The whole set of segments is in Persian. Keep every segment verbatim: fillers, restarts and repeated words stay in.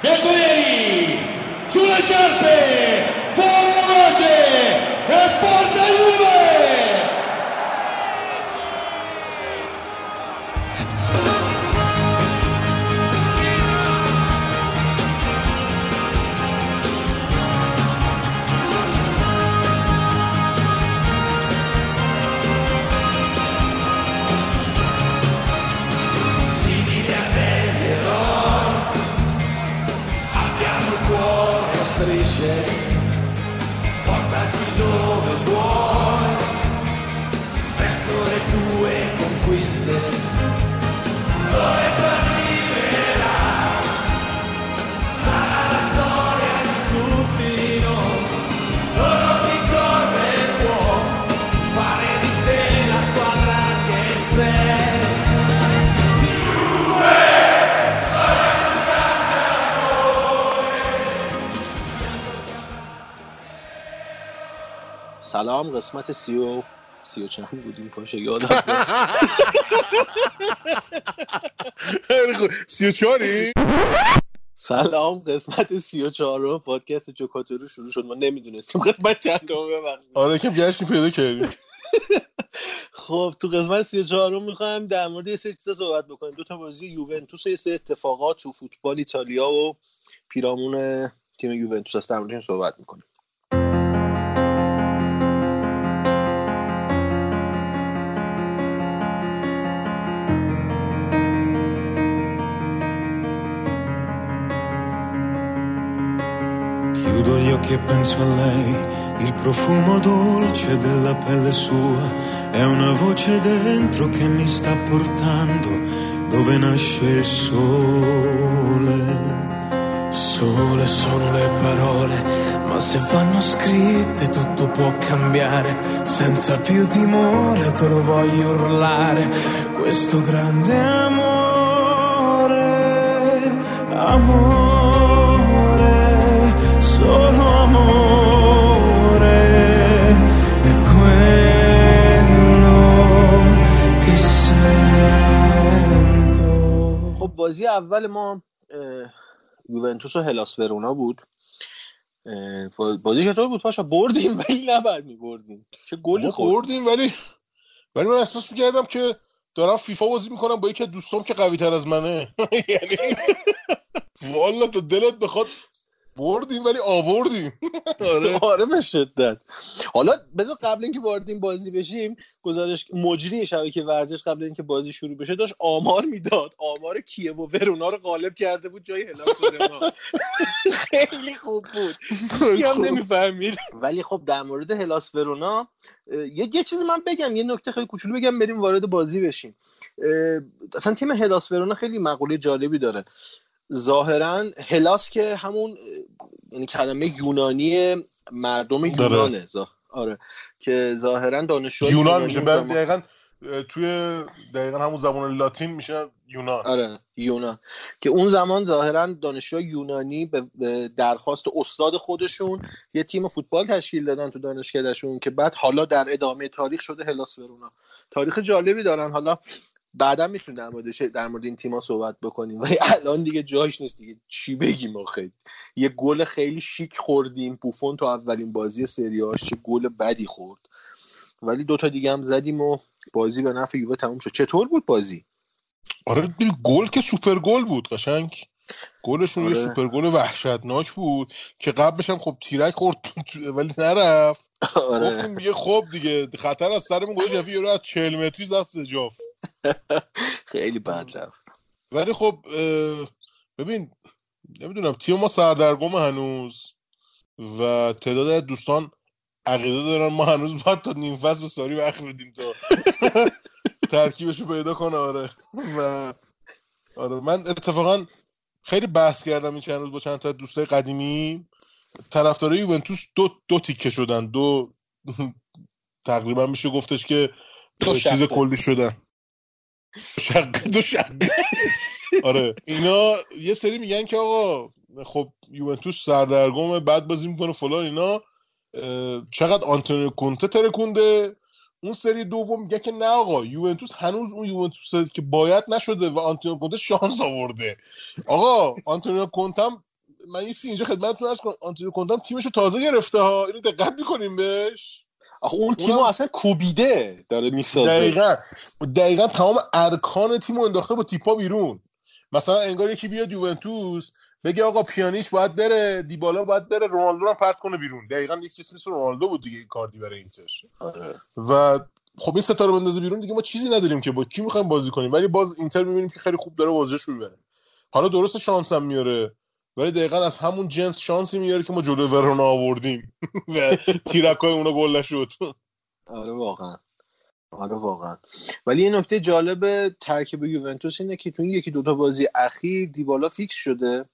bianconeri sulle sciarpe, fuori la voce e forza Juve! Portaci dove vuoi, verso le tue conquiste, dove arriverà, sarà la storia di tutti noi, solo chi corre può fare di te la squadra che sei. سلام، قسمت سی و سی و چند بودیم پاشه یادم سی و چهاری؟ سلام، قسمت سی و چهارم پادکست جوکاتورو شروع شد. ما نمیدونستیم قسمت چند دومه وقت. آره که گشتیم پیدا کردیم. خب تو قسمت سی و چهارم میخوایم در مورد یه سری چیزا صحبت بکنیم. دو تا بازی یوونتوس و یه سری اتفاقات تو فوتبال ایتالیا و پیرامون تیم یوونتوس است، در موردش صحبت میکنیم. Chiudo gli occhi e penso a lei, il profumo dolce della pelle sua, è una voce dentro che mi sta portando dove nasce il sole. Sole sono le parole, ma se vanno scritte tutto può cambiare, senza più timore te lo voglio urlare, questo grande amore, amore. Solo amore è quello che sento. خب بازی اول ما یوونتوس و هلاس ورونا بود. بازی چطور بود پاشا؟ بردیم ولی نباید می‌بردیم. چه گلی خوردیم ولی ولی من احساس می‌کردم که دارم فیفا بازی می‌کنم با یکی از دوستام که قوی‌تر از منه. یعنی والله تو دلت بخواد بردیم ولی آوردیم. آره آره به شدت. حالا بذار قبل اینکه وارد این بازی بشیم، گزارش مجری شبکه ورزش قبل اینکه بازی شروع بشه داشت آمار میداد، آمار کیو و ورونا رو غالب کرده بود جای هلاس ورونا. خیلی خوب بود، هیچ هم نمیفهمید. ولی خب در مورد هلاس ورونا یه یه چیزی من بگم، یه نکته خیلی کوچولو بگم بریم وارد بازی بشیم. اصلا تیم هلاس ورونا خیلی مقوله جالبی داره. ظاهرا هلاس که همون یعنی کلمه یونانی مردم یونانه، آره که ظاهرا دانشجوی یونان میشه، بعد دقیقاً توی دقیقاً همون زبان لاتین میشه یونان. آره یونان، که اون زمان ظاهرا دانشجوی یونانی به درخواست استاد خودشون یه تیم فوتبال تشکیل دادن تو دانشکدهشون که بعد حالا در ادامه تاریخ شده هلاس ورونا. تاریخ جالبی دارن. حالا بعدا میتونیم در موردش در مورد این تیم‌ها صحبت بکنیم ولی الان دیگه جاش نیست دیگه. چی بگیم آخه؟ یه گل خیلی شیک خوردیم، بوفون تو اولین بازی سری آ یه گل بدی خورد، ولی دوتا دیگه هم زدیم و بازی به نفع یووه تموم شد. چطور بود بازی؟ آره گل که سوپر گل بود، قشنگ گلشون آره. یه سوپر گل وحشتناک بود که قبلش هم خب تیرک خورد ولی نرفت. آره. گفتیم دیگه خب دیگه خطر از سرمون گذشت، یفی یورو از چهل متری زد سجاف. خیلی بد رفت. ولی خب ببین نمیدونم تیم ما سردرگم هنوز و تعداد از دوستان عقیده دارن ما هنوز باید تا نیم فصل به ساری وقت بدیم تا ترکیبشو پیدا کنه. آره و آره من اتفاقا خیلی بحث کردم این چند روز با چند تا دوستای قدیمی. طرفدارای یوونتوس دو دو تیکه شدن، دو تقریبا میشه گفتش که دو چیز کلی شدن. شق دو شق. آره اینا یه سری میگن که آقا خب یوونتوس سردرگمه، بعد بازی میکنه فلان اینا، چقدر آنتونیو کونته ترکونده. اون سری دوم میگه که نه آقا یوونتوس هنوز اون یوونتوسه که باید نشده و آنتونیو کونته شانس آورده. آقا آنتونیو کونته هم من این سی اینجا خدمتتون عرض کنم آنتونیو کونته تیمشو تازه گرفته ها، اینو دقت می‌کنیم بهش. آخه اون تیمو اونم... اصلا کوبیده داره میسازه. دقیقاً دقیقاً تمام ارکان تیمو انداخته با تیپا بیرون. مثلا انگار یکی بیاد یوونتوس بگه آقا پیانیش باید بره، دیبالا باید بره، رونالدو رو پرت کنه بیرون. دقیقاً یکی اسمش رونالدو بود دیگه، کاردی برای اینتر. آره. و خب این ستاره بندازه بیرون دیگه، ما چیزی نداریم که با کی می‌خوایم بازی کنیم. ولی باز اینتر می‌بینیم که خیلی خوب داره بازیش می‌بره. حالا درست شانس هم میاره، ولی دقیقاً از همون جنس شانسی میاره که ما جلوی ورونا آوردیم و تیرکای اونا گل نشد. آره واقعا. آره واقعا. ولی این نکته جالب ترکیب یوونتوس اینه که تو این یکی دوتا بازی اخیر دیبالا فیکس شده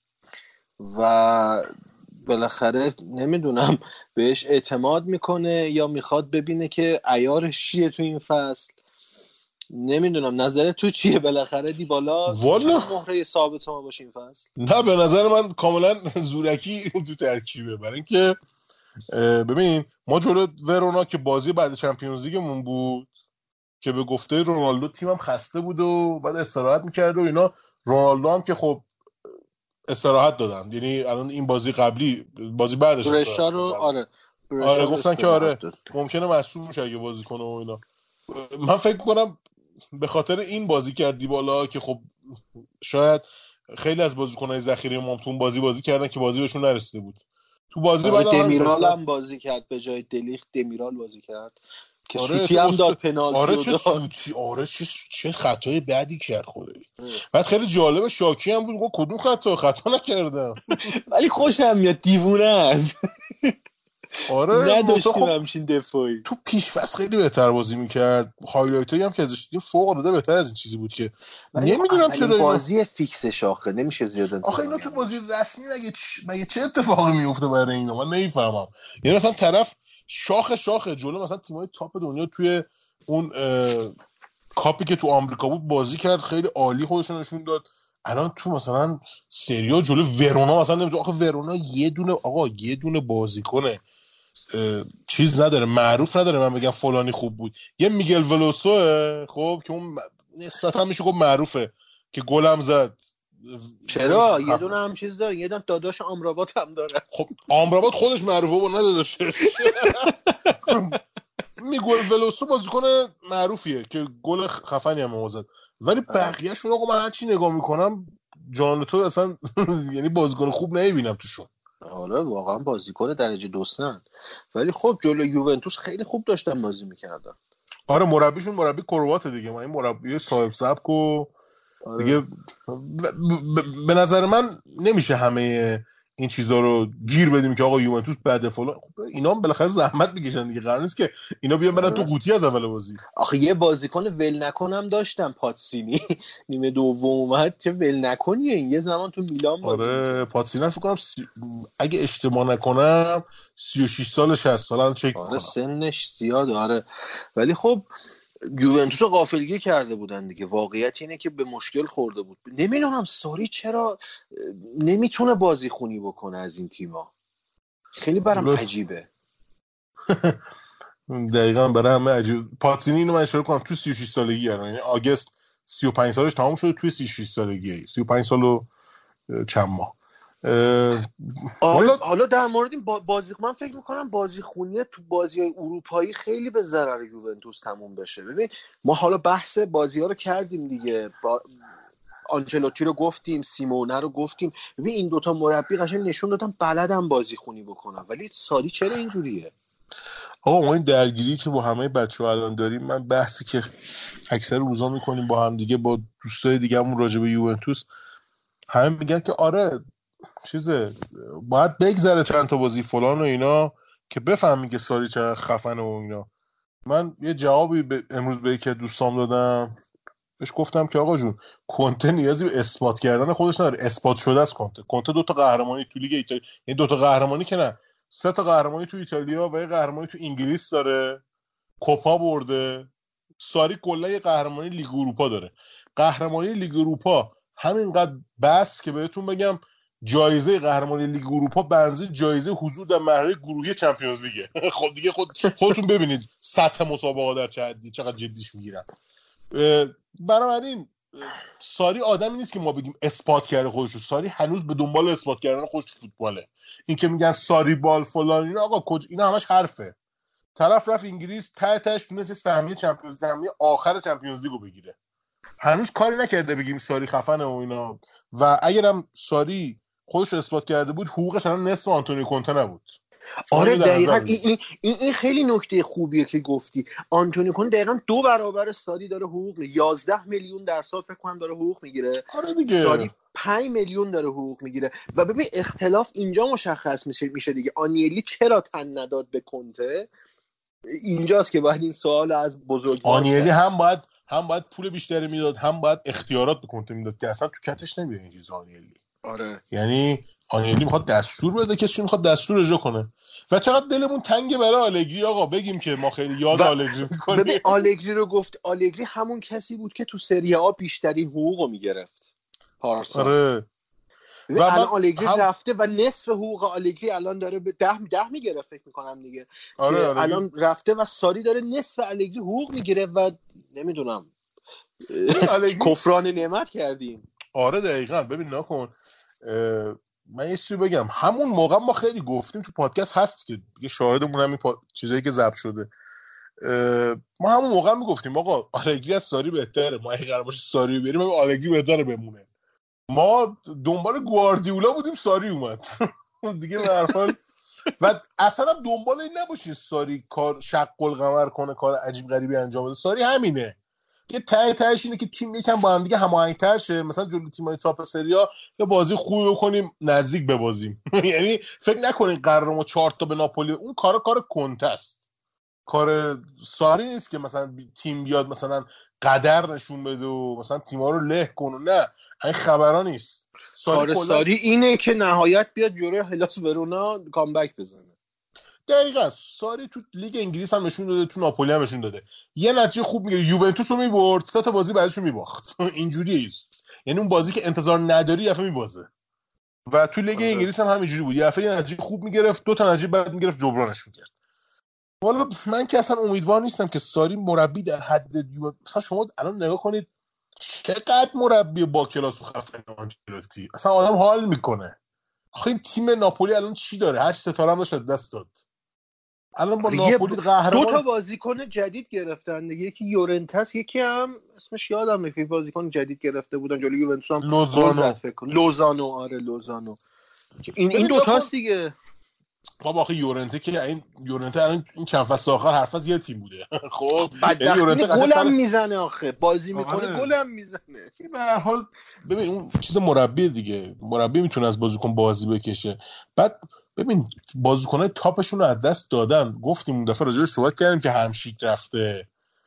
و بالاخره نمیدونم بهش اعتماد میکنه یا میخواد ببینه که عیارش چیه تو این فصل. نمیدونم نظر تو چیه؟ بالاخره دیبالا والا مهره ثابت ما باشه این فصل. نه به نظر من کاملا زورکی تو ترکیبه، برای اینکه ببین ما جلو ورونا که بازی بعد چمپیونز لیگمون بود که به گفته رونالدو تیمم خسته بود و بعد استراحت میکرد و اینا، رونالدو هم که خب استراحت دادن، یعنی الان این بازی قبلی بازی بعدش برشا رو آره آره گفتن که آره داد. ممکنه مصدوم شه اگه بازی کنه و اینا. من فکر کنم به خاطر این بازی کرد دیبالا که خب شاید خیلی از بازیکن‌های ذخیره ما تو بازی بازی کردن که بازی بهشون نرسیده بود. تو بازی آره بعد دمیرال هم بازی کرد به جای دلیخت، دمیرال بازی کرد که آره سوتی هم داد پنالتی. آره چه سوتی، آره چه چه خطای بدی کرد خدایی. بعد خیلی جالب شاکی هم بود، گفت کدوم خطا خطا نکردم ولی خوشم میاد دیوونه است. آره نداشتیم خب همچین دفاعی. تو پیش‌فصل خیلی بهتر بازی میکرد، هایلایتایی هم که ازش دیدیم فوق العاده بهتر از این چیزی بود که نمیدونم چرا بازی اینا... فیکس شاخه نمیشه زیاد. آخه اینا تو بازی رسمی مگه چ... مگه چه اتفاقی میفته برای اینا؟ من نمیفهمم. یعنی مثلا طرف شاخ شاخ جلو مثلا تیم‌های تاپ دنیا توی اون کاپی که تو آمریکا بود بازی کرد، خیلی عالی خودشون نشون داد. الان تو مثلا سری جلو ورونا مثلا نمیدونم، آخه ورونا یه دونه آقا یه دونه بازیکنه چیز نداره، معروف نداره من بگم فلانی خوب بود. یه میگل ولوسو خب که اون نسبتا میشه گفت معروفه که گلم زد. چرا یه دونه هم چیز داره، یه دونه داداش آمرابات هم داره. خب آمرابات خودش معروفه با نداداشش. میگل ولوسو بازیکن معروفیه که گل خفنی هم زد، ولی بقیه‌شون آقا من هر چی نگاه میکنم جان تو اصلا یعنی بازیکن خوب نمیبینم توشون. آره واقعا بازیکن درجه دوستن، ولی خب جلو یوونتوس خیلی خوب داشتن بازی میکردن. آره مربیشون مربی کرواته دیگه، ما این مربی صاحب سبک و آره. دیگه ب... ب... به نظر من نمیشه همه این چیزا رو گیر بدیم که آقا یوونتوس بده فلان. خب اینا هم بالاخره زحمت میکشن دیگه، قرار نیست که اینا بیان برن تو قوطی از اول بازی. آخه یه بازیکن ول نکنم داشتم پاتسینی نیمه دوم اومد، چه ول نکنیه این یه زمان تو میلان بازی. آره پاتسینی فکر کنم سی... اگه اشتباه نکنم سی و شش سالش هست، حالا چک کنم. آره سنش زیاده آره، ولی خب یوونتوس رو غافلگیر کرده بودن دیگه. واقعیت اینه که به مشکل خورده بود. نمیدونم ساری چرا نمیتونه بازی خونی بکنه از این تیما، خیلی برام لط... عجیبه. دقیقاً برای همه عجیب. پاتسینی اینو من اشاره کنم تو سی و شش سالگی، یعنی آگوست سی و پنج سالش تمام شده، توی سی و شش سالگی سی و پنج سال و چند ماه. حالا حالا در مورد این بازی من فکر میکنم بازی خونیه تو بازی‌های اروپایی خیلی به ضرر یوونتوس تموم بشه. ببین ما حالا بحث بازی‌ها رو کردیم دیگه، با... آنچلوتی رو گفتیم، سیمونه رو گفتیم. ببین این دوتا مربی قشنگ نشون دادن بلدن بازی خونی بکنن، ولی ساری چرا اینجوریه؟ آقا ما این درگیری که با همه بچه‌ها الان داریم، من بحثی که اکثر روزا میکنیم با هم دیگه با دوستای دیگه‌مون راجع به یوونتوس، همه میگن که آره چیزه باید بگذره چند تا بازی فلان و اینا که بفهمی که ساری چقدر خفنه و اینا. من یه جوابی به امروز به یکی دوستام دادم، بهش گفتم که آقا جون کنته نیازی به اثبات کردن خودش نداره، اثبات شده است. کنته کنته دو تا قهرمانی تو لیگ ایتالیا، یعنی دو تا قهرمانی که نه سه تا قهرمانی تو ایتالیا و یه قهرمانی تو انگلیس داره، کوپا برده. ساری کلا یه قهرمانی لیگ اروپا داره. قهرمانی لیگ اروپا همینقدر بس که بهتون بگم جایزه قهرمانی لیگ اروپا بنزی جایزه حضور در مرحله گروهی چمپیونز لیگه. خب دیگه خود خودتون ببینید سطح مسابقه در چه حدی چقدر جدیش میگیرن. بنابراین ساری آدمی نیست که ما بگیم اثبات کرده خودش رو. ساری هنوز به دنبال اثبات کردن خودش تو فوتباله. این که میگن ساری بال فلان اینا آقا کج... اینا همش حرفه. طرف رفت انگلیس ته تهش تونست سهمیه چمپیونز سهمیه آخر چمپیونز لیگو بگیره. هنوز کاری نکرده بگیم ساری خفنه و اینا. و اگرم ساری خودش رو اثبات کرده بود حقوقش الان نصف آنتونیو کونته نبود. آره دقیقاً این این این, این خیلی نکته خوبیه که گفتی. آنتونیو کونته دقیقاً دو برابر ساری داره حقوق میگیره. یازده میلیون در سال فکر کنم داره حقوق میگیره. آره دیگه. ساری پنج میلیون داره حقوق میگیره. و ببین اختلاف اینجا مشخص میشه میشه دیگه. آنیلی چرا تن نداد به کونته؟ اینجاست که باید این سوال از بزرگوار آنیلی هم باید هم باید پول بیشتری میداد، هم باید اختیارات به کونته میداد که اصلا تو کتش نمیاد این چیز. آنیلی آره یعنی آنیلی میخواد دستور بده، کسی میخواد دستور اجرا کنه. و چقدر دلمون تنگه برای آلگری آقا. بگیم که ما خیلی یاد آلگری میکنیم. ببین آلگری رو گفت، آلگری همون کسی بود که تو سری آ بیشترین حقوقو میگرفت پارسال. آره. و الان آلگری هم... رفته و نصف حقوق آلگری الان داره به ده ده میگیره فکر میکنم دیگه. آره آره. الان رفته و ساری داره نصف آلگری حقوق میگیره و نمیدونم کفران نعمت کردیم. آره دقیقاً. ببین نکن اه... من یه چیزی بگم. همون موقع ما خیلی گفتیم تو پادکست هست که یه شاهدمون همین پا... چیزایی که ضبط شده. اه... ما همون موقع میگفتیم آقا آلگری از ساری بهتره. ما اگه قرار باشه ساری رو بریم آلگری بهتره بمونه. ما دنبال گواردیولا بودیم ساری اومد دیگه به هر حال. و اصلا دنبال این نباشین ساری کار شق القمر کنه، کار عجیب غریبی انجام بده. ساری همینه که ته تهش اینه که تیم یکم با هم دیگه هماهنگ‌تر شه. مثلا جلوی تیم‌های تاپ سریا یه بازی خوبی بکنیم نزدیک ببازیم. یعنی فکر نکنین قراره ما چهار تا به ناپولی. اون کارا کار کنته است. کار ساری نیست که مثلا تیم بیاد مثلا قدر نشون بده و مثلا تیم‌ها رو له کنه. نه این خبرا نیست. ساری کلا... ساری اینه که نهایت بیاد جلوی هلاس ورونا کامبک بزنه. دقیقاً. ساری تو لیگ انگلیس هم نشون داده، تو ناپولی هم نشون داده. یه نتیجه خوب میگیره، یوونتوس رو میبرد، سه تا بازی بعدش رو میباخت. اینجوریه است. یعنی اون بازی که انتظار نداری یه دفعه میبازه. و تو لیگ انگلیس هم همینجوری بود. یه دفعه یه نتیجه خوب میگرفت، دو تا نتیجه بعد میگرفت جبرانش میکرد. والا من که اصلا امیدوار نیستم که ساری مربی در حد یو... مثلا شما الان نگاه کنید چقدر مربی با کلاس و خفن آنچلوتی. اصلا آدم حال میکنه. آخه این تیم ناپولی الان چی داره؟ هر ستاره هم داشت دست داد. الان با ناپولی قهرمان دو تا بازیکن جدید گرفتن دیگه. یکی یورنتس، یکی هم اسمش یادم نمیاد. بازیکن جدید گرفته بودن جلوی یوونتوس هم لوزانو. لوزانو آره لوزانو. این این دو تاست دیگه. بابا آخه یورنته که این یورنته الان این چند فصل آخر حرف از یه تیم بوده. خب یورنته گلم میزنه آخه بازی میکنه گلم میزنه. به هر حال ببین اون چیز مربی دیگه. مربی میتونه از بازیکن بازی بکشه. بعد ببین بازیکنای تاپشون رو از دست دادن. گفتیم اون دفعه راجعش صحبت کردیم که همشیک رفته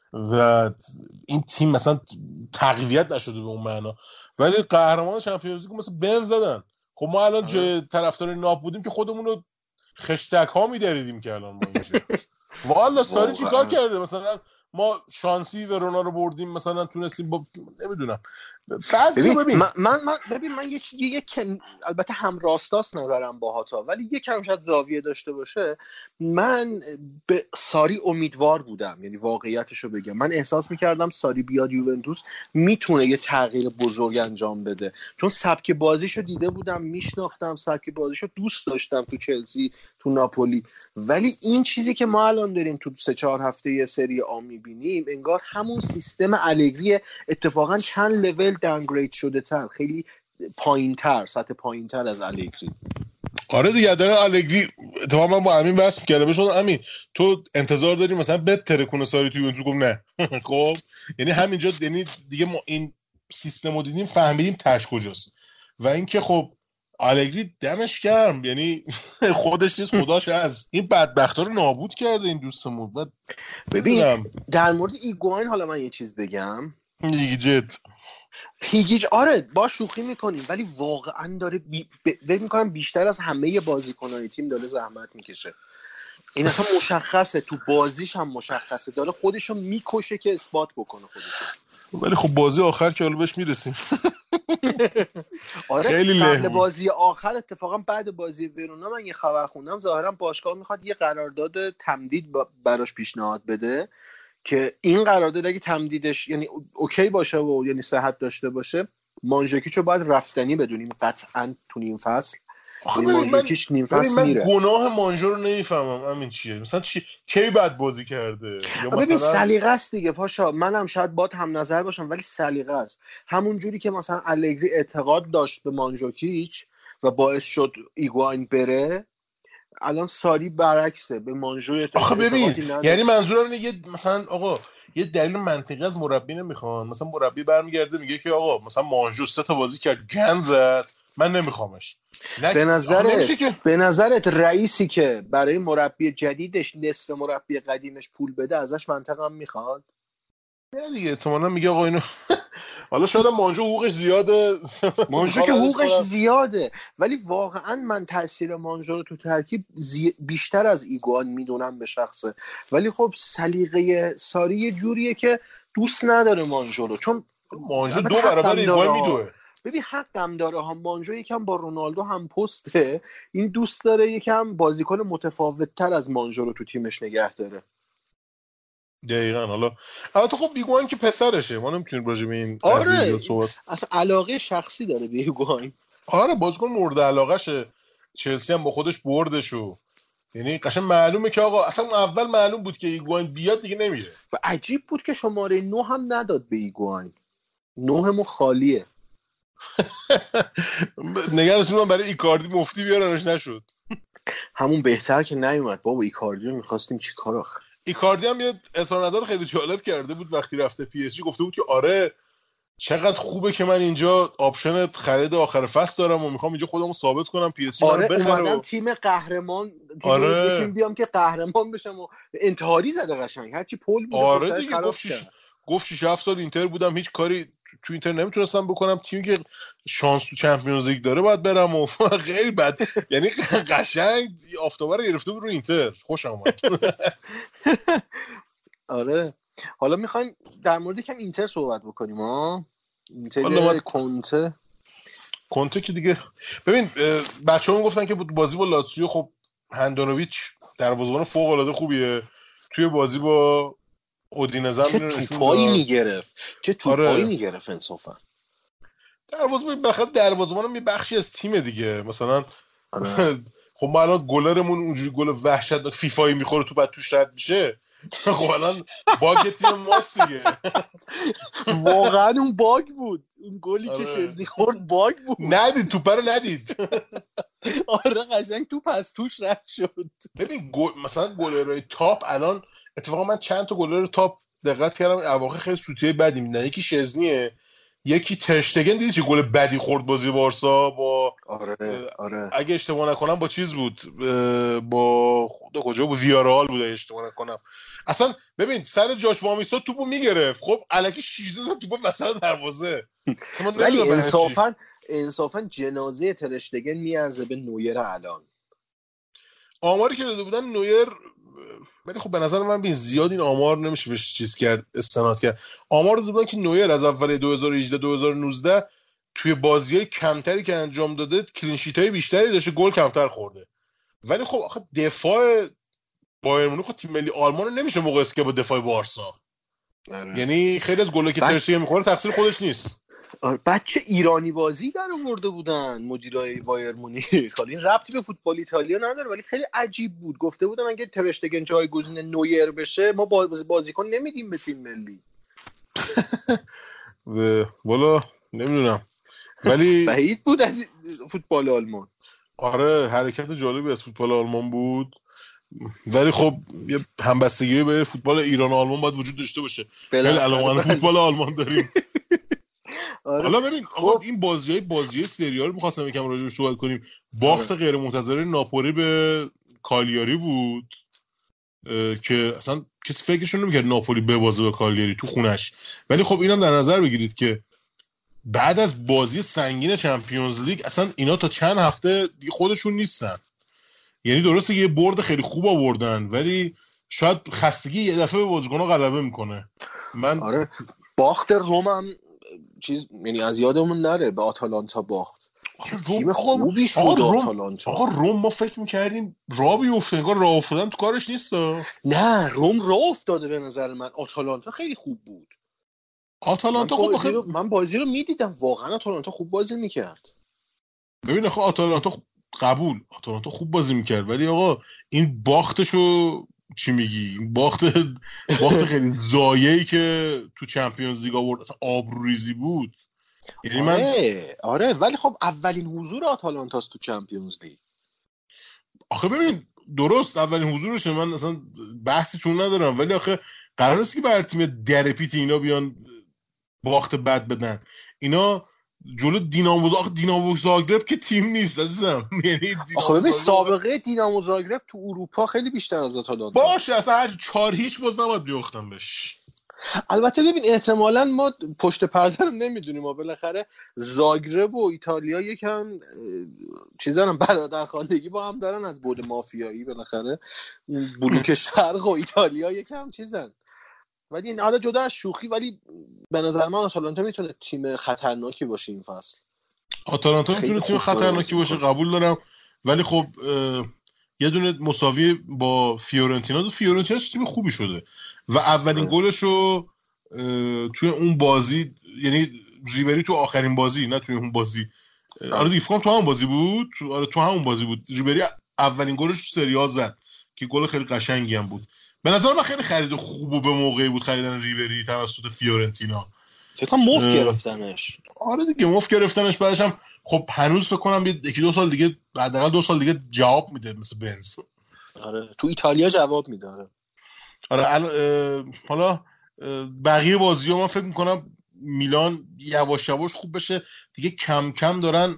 و این تیم مثلا تقویت نشده به اون معنا. ولی قهرمان چمپیونز لیگ مثلا بن زدن. خب ما الان جای طرفدار ناپ بودیم که خودمون رو خشتک ها می‌دریدیم که الان ما اینجا. والا ساری چی کار کرده؟ مثلا ما شانسی ورونا رو بردیم، مثلا تونستیم با نمیدونم بعضی ببین من من ببین من یک یک البته هم راستاست نظرم باهاتا، ولی یکم شاید زاویه داشته باشه. من به ساری امیدوار بودم، یعنی واقعیتشو بگم من احساس می‌کردم ساری بیاد یوونتوس میتونه یه تغییر بزرگ انجام بده، چون سبک بازیشو دیده بودم، میشناختم سبک بازیشو، دوست داشتم تو چلسی تو ناپولی. ولی این چیزی که ما الان داریم تو سه چهار هفته یه سری آ می‌بینیم انگار همون سیستم الگری اتفاقا چند لول دانگرید شده تر، خیلی پایین تر، سطح پایین تر از الگری. آره دیگه دقیقا الگری اتفاقا من با امین بحث می‌کردم بهشون امین تو انتظار داری مثلا بهتره کنه ساری تو یوونتوس؟ گفت نه. خب یعنی همینجا یعنی دیگه ما این سیستم رو دیدیم فهمیدیم تاش کجاست. و اینکه خب الگری دمش گرم، یعنی خودش نیست خداش هست، این بدبختا رو نابود کرده این دوستمون. بعد ببین در مورد ایگواین حالا من یه چیز بگم. هیگیجت هیگیج آره با شوخی میکنیم، ولی واقعا داره بی... ب... میکنم بیشتر از همه بازیکنان تیم داره زحمت میکشه. این اصلا مشخصه، تو بازیش هم مشخصه، داره خودشو میکشه که اثبات بکنه خودشو. ولی خب بازی آخر که حالا بهش میرسیم. آره خیلی قبل بازی آخر اتفاقا بعد بازی ورونا من یه خبر خوندم ظاهرا باشگاه میخواد یه قرارداد تمدید براش پیشنهاد بده که این قرارداد اگه تمدیدش یعنی اوکی باشه و یعنی صحت داشته باشه، مانجوکیچو باید رفتنی بدونیم قطعا تو نیم فصل. مانجوکیچ نیم فصل میره. من گناه مانجو رو نمیفهمم همین چیه، مثلا چی کی بعد بازی کرده یا مثلا ببین سلیقه است دیگه پاشا، منم شاید بات هم نظر باشم ولی سلیقه است. همون جوری که مثلا الگری اعتقاد داشت به مانجوکیچ و باعث شد ایگواین بره، الان ساری برعکسه به مانجو اعتقاد. آخه ببین یعنی منظورم اینه یه مثلا آقا یه دلیل منطقی از مربی نمیخوان، مثلا مربی برمیگرده میگه که آقا مثلا مانجو سه تا بازی کرد گند زد من نمیخوامش. به نظرت که... به نظرت رئیسی که برای مربی جدیدش نصف مربی قدیمش پول بده ازش منطقا میخواد؟ نه دیگه احتمالاً میگه آقا اینو حالا شاید مانجو حقوقش زیاده، مانجو که حقوقش زیاده ولی واقعا من تاثیر مانجو رو تو ترکیب زی... بیشتر از ایگوان میدونم به شخصه. ولی خب سلیقه ساری یه جوریه که دوست نداره مانجو رو، چون مانجو دو برابر ایگوان میدوه. ببین حقم داره ها، مانجو یکم با رونالدو هم پسته، این دوست داره یکم بازیکن متفاوت‌تر از مانجو رو تو تیمش نگه داره. دقیقاً. حالا البته خب ایگوان که پسرشه، ما نمیتونیم راجع به این آره. عزیز صحبت. اصلا علاقه شخصی داره به ایگوان. آره بازیکن مورد علاقه‌شه، چلسی هم با خودش بردشو، یعنی قشنگ معلومه که آقا اصلا اول معلوم بود که ایگوان بیاد دیگه نمیره. و عجیب بود که شماره نه هم نداد به ایگوان. نهمون خالیه. نگهش برای ایکاردی مفتی بیارنش نشد. همون بهتر که نیومد بابا، ایکاردی رو می‌خواستیم چیکار آخه. ایکاردی هم یه اظهار نظر خیلی جالب کرده بود وقتی رفته پی اس جی، گفته بود که آره چقدر خوبه که من اینجا آپشن خرید آخر فصل دارم و میخوام اینجا خودمو ثابت کنم پی اس جی آره منو بخره. اومدم تیم قهرمان، تیم آره. تیم بیام که قهرمان بشم و انتحاری زده قشنگ هرچی پول بود. آره دیگه گفت شیش گفت شش هفت سال اینتر بودم هیچ کاری تو اینتر نمیتونستم بکنم، تیمی که شانس تو چمپیونز لیگ داره باید برم و خیلی بد یعنی قشنگ آفتابه رو گرفته بود رو اینتر. خوشم اومد. آره حالا میخوایم در مورد کم اینتر صحبت بکنیم ها. اینتر کنته کنته که دیگه ببین بچه‌ها گفتن که بازی با لاتزیو خب هندانویچ دروازه‌بان فوق العاده خوبیه، توی بازی با اودینزه هم چه توپایی میگرفت چه توپایی آره. میگرفت انصافا دروازه‌بان بخاطر دروازه‌بان هم یه بخشی از تیم دیگه. مثلا آره. خب ما الان گلرمون اونجوری گل وحشتناک فیفایی میخوره تو بعد توش رد میشه، خب الان باگ تیم ماست دیگه. واقعا اون باگ بود، اون گلی آره. که شزنی خورد باگ بود. ندید توپ رو ندید. آره قشنگ توپ از توش رد شد. ببین گل مثلا گلرای تاپ الان اتفاقا من چند تا گلر تاپ دقت کردم اواخر خیلی سوتیای بدی میدن، یکی شزنیه یکی ترشتگن، دیدی چه گل بدی خورد بازی بارسا با آره آره اگه اشتباه نکنم با چیز بود با خود کجا بود ویارال بود اگه اشتباه نکنم. اصلا ببین سر جاش وامیستا توپو میگرفت، خب الکی شیزده زد توپو وسط دروازه. ولی انصافا انصافا جنازه ترشتگن میارزه به نویر الان. آماری که داده بودن نویر، ولی خب به نظر من ببین زیاد این آمار نمیشه بهش چیز کرد استناد کرد. آمار داده بودن که نویر از اول دو هزار و هجده دو هزار و نوزده توی بازی‌های کمتری که انجام داده کلین شیت‌های بیشتری داشته، گل کمتر خورده. ولی خب آخه دفاع بایر مونیخ تیم ملی آلمان رو نمیشه مقایسه با دفاع بارسا. آره. یعنی خیلی از گل‌ها که بچ... ترشتگن می‌خوره تقصیر خودش نیست. آره بچه ایرانی بازی در آورده بودن مدیرای بایر مونیخ. حالا این ربطی به فوتبال ایتالیا نداره ولی خیلی عجیب بود. گفته بودن اگه ترشتگن جایگزین نویر بشه ما بازیکن نمیدیم به تیم ملی. والا نمیدونم ولی بعید بود از فوتبال آلمان. آره حرکت جالبی از فوتبال آلمان بود، ولی خب یه همبستگی به فوتبال ایران و آلمان باید وجود داشته باشه. خیلی علاقه‌مند فوتبال آلمان داریم. حالا ببین آقا این بازیای بازی سریال می‌خواستم یکم راجع بهش صحبت کنیم. باخت آره. غیر منتظره ناپولی به کالیاری بود که اصلا کسی فکرش نمی‌کرد ناپولی ببازه به کالیاری تو خونش. ولی خب اینم در نظر بگیرید که بعد از بازی سنگین چمپیونز لیگ اصلا اینا تا چند هفته دیگه خودشون نیستن. یعنی درسته یه برد خیلی خوب آوردن ولی شاید خستگی یه دفعه به بازیکن‌ها غلبه میکنه. من آره باخت روم هم چیز یعنی از یادمون نره، به آتالانتا باخت. تیم خوبی شد آتالانتا. آقا روم ما فکر میکردیم راه بیفته، انگار راه افتادن تو کارش نیست. نه روم راه افتاده به نظر من. آتالانتا خیلی خوب بود. آتالانتا من خوب بازی بخ... رو من بازی رو میدیدم، واقعا آتالانتا خوب بازی میکرد. ببین آخه آتالانتا خوب... قبول آتالانتا خوب بازی میکرد، ولی آقا این باختشو چی میگی؟ این باخت باخت خیلی ضایعی که تو چمپیونز لیگ آورد، اصلا آبروریزی بود. یعنی آره من آره ولی خب اولین حضور آتالانتاست تو چمپیونز لیگ. آخه ببین درست اولین حضورشه، من اصلا بحثی چون ندارم، ولی آخه قرار نیست که بر تیم درپیت اینا بیان باخت بد بدن. اینا جلو دینامو آخه دینامو زاگرب که تیم نیست عزیزم. یعنی آخه ببین زاگرب... سابقه دینامو زاگرب تو اروپا خیلی بیشتر از آتالانتا باشه، اصلا هر چهار هیچ باز نباید بیاختن بهش. البته ببین احتمالاً ما پشت پرده رو نمیدونیم، ما بالاخره زاگرب و ایتالیا یکم چیزا برادرخواندگی با هم دارن از بود مافیایی، بالاخره بلوک شرق و ایتالیا یکم چیزن. ولی این حالا جدا از شوخی، ولی به نظر من آتالانتا میتونه تیم خطرناکی باشه این فصل. آتالانتا میتونه تیم خطرناکی باشه، قبول دارم، ولی خب یه دونه مساوی با فیورنتینا دو. فیورنتینا تیم خوبی شده و اولین گلشو توی اون بازی، یعنی ریبری تو آخرین بازی، نه توی اون بازی، آره دیگه فکر کنم تو همون بازی بود، آره تو همون بازی بود، ریبری اولین گلش تو سری آ زد که گل خیلی قشنگی هم بود. به نظر من خیلی خرید خوب و به موقعی بود خریدن ریبری توسط فیورنتینا. فکر کنم مفت گرفتنش. آره دیگه مفت گرفتنش، بعدش هم خب هنوز فکر کنم یکی دو سال دیگه، حداقل دو سال دیگه جواب میده مثل بنز. آره تو ایتالیا جواب میده. آره ال... حالا بقیه بازی‌ها من فکر میکنم میلان یواش یواش خوب بشه دیگه، کم کم دارن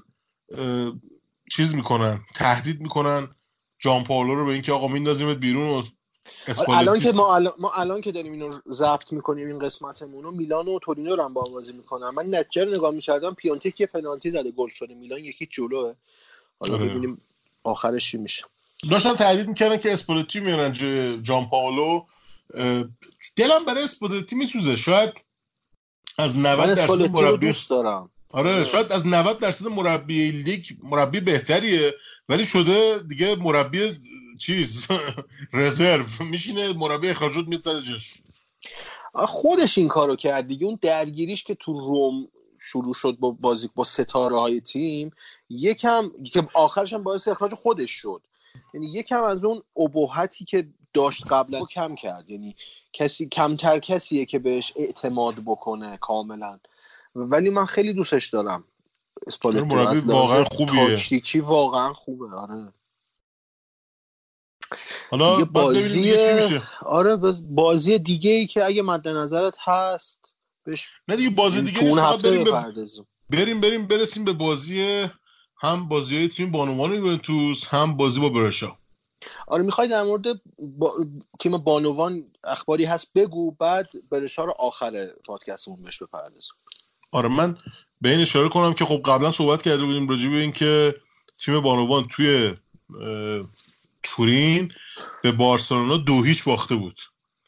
چیز میکنن، تهدید میکنن جان پائولو رو به اینکه آقا میندازیمت بیرون. و الان که ما الان ما الان که داریم اینو ضبط میکنیم این قسمتمون رو، میلان و تورینو رو هم با هم بازی میکنن. من نتیجه رو نگاه میکردم، پیونتک یه پنالتی زده گل شده، میلان یکی جلوه. حالا آره. ببینیم آخرش چی میشه. داشتن تهدید میکردن که اسپالتی میارن جان پائولو. دلم برای اسپالتی میسوزه، شاید از نود درصد مربی دوست دارم. آره, آره شاید از نود درصد مربی لیگ مربی بهتریه، ولی شده دیگه مربی چیز رزرو، میشینه مربی اخراجات میاد سر جاش. خودش این کارو کرد دیگه. اون درگیریش که تو روم شروع شد با بازی با ستاره های تیم، یکم که آخرش هم باعث اخراج خودش شد، یعنی یکم از اون ابهتی که داشت قبلا کم کرد. یعنی کسی کمتر کسیه که بهش اعتماد بکنه کاملا. ولی من خیلی دوستش دارم اسپالتی، مربی واقعا خوبیه، تاکتیکی واقعا خوبه. آره حالا بازی دیگه چی میشه؟ آره بازی دیگه ای که اگه مد نظرت هست بهش نه دیگه بازی دیگه نیست، فقط بریم بپردازیم. بریم بریم برسیم به بازی، هم بازی‌های تیم بانوان یوونتوس هم بازی با برشا. آره میخوای در مورد با... تیم بانوان اخباری هست بگو، بعد برشا رو آخر پادکستمون بهش بپردازیم. آره من به این اشاره کنم که خب قبلا صحبت کرده بودیم راجع به این که تیم بانوان توی تورین به بارسلونا دو هیچ باخته بود.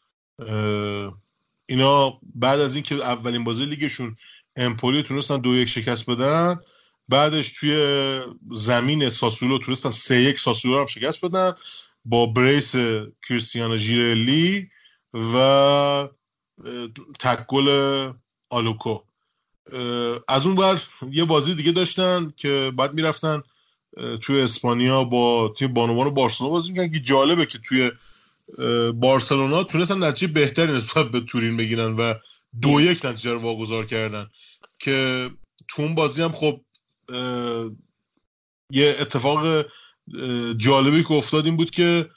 اینا بعد از اینکه اولین بازی لیگشون امپولی تونستن دو یک شکست بدن، بعدش توی زمین ساسولو تونستن سه یک ساسولو رو هم شکست بدن با بریس کریستیانو ژیرلی و تک گل آلوکو. از اون بر یه بازی دیگه داشتن که بعد میرفتن توی اسپانیا با تیم بانوان و بارسلونا بازی میکنن که جالبه که توی بارسلونا تونستن نتیجه بهتری نسبت به تورین بگیرن و دو یک نتیجه رو واگذار کردن که تو اون بازی هم خب یه اتفاق جالبی که افتاد این بود که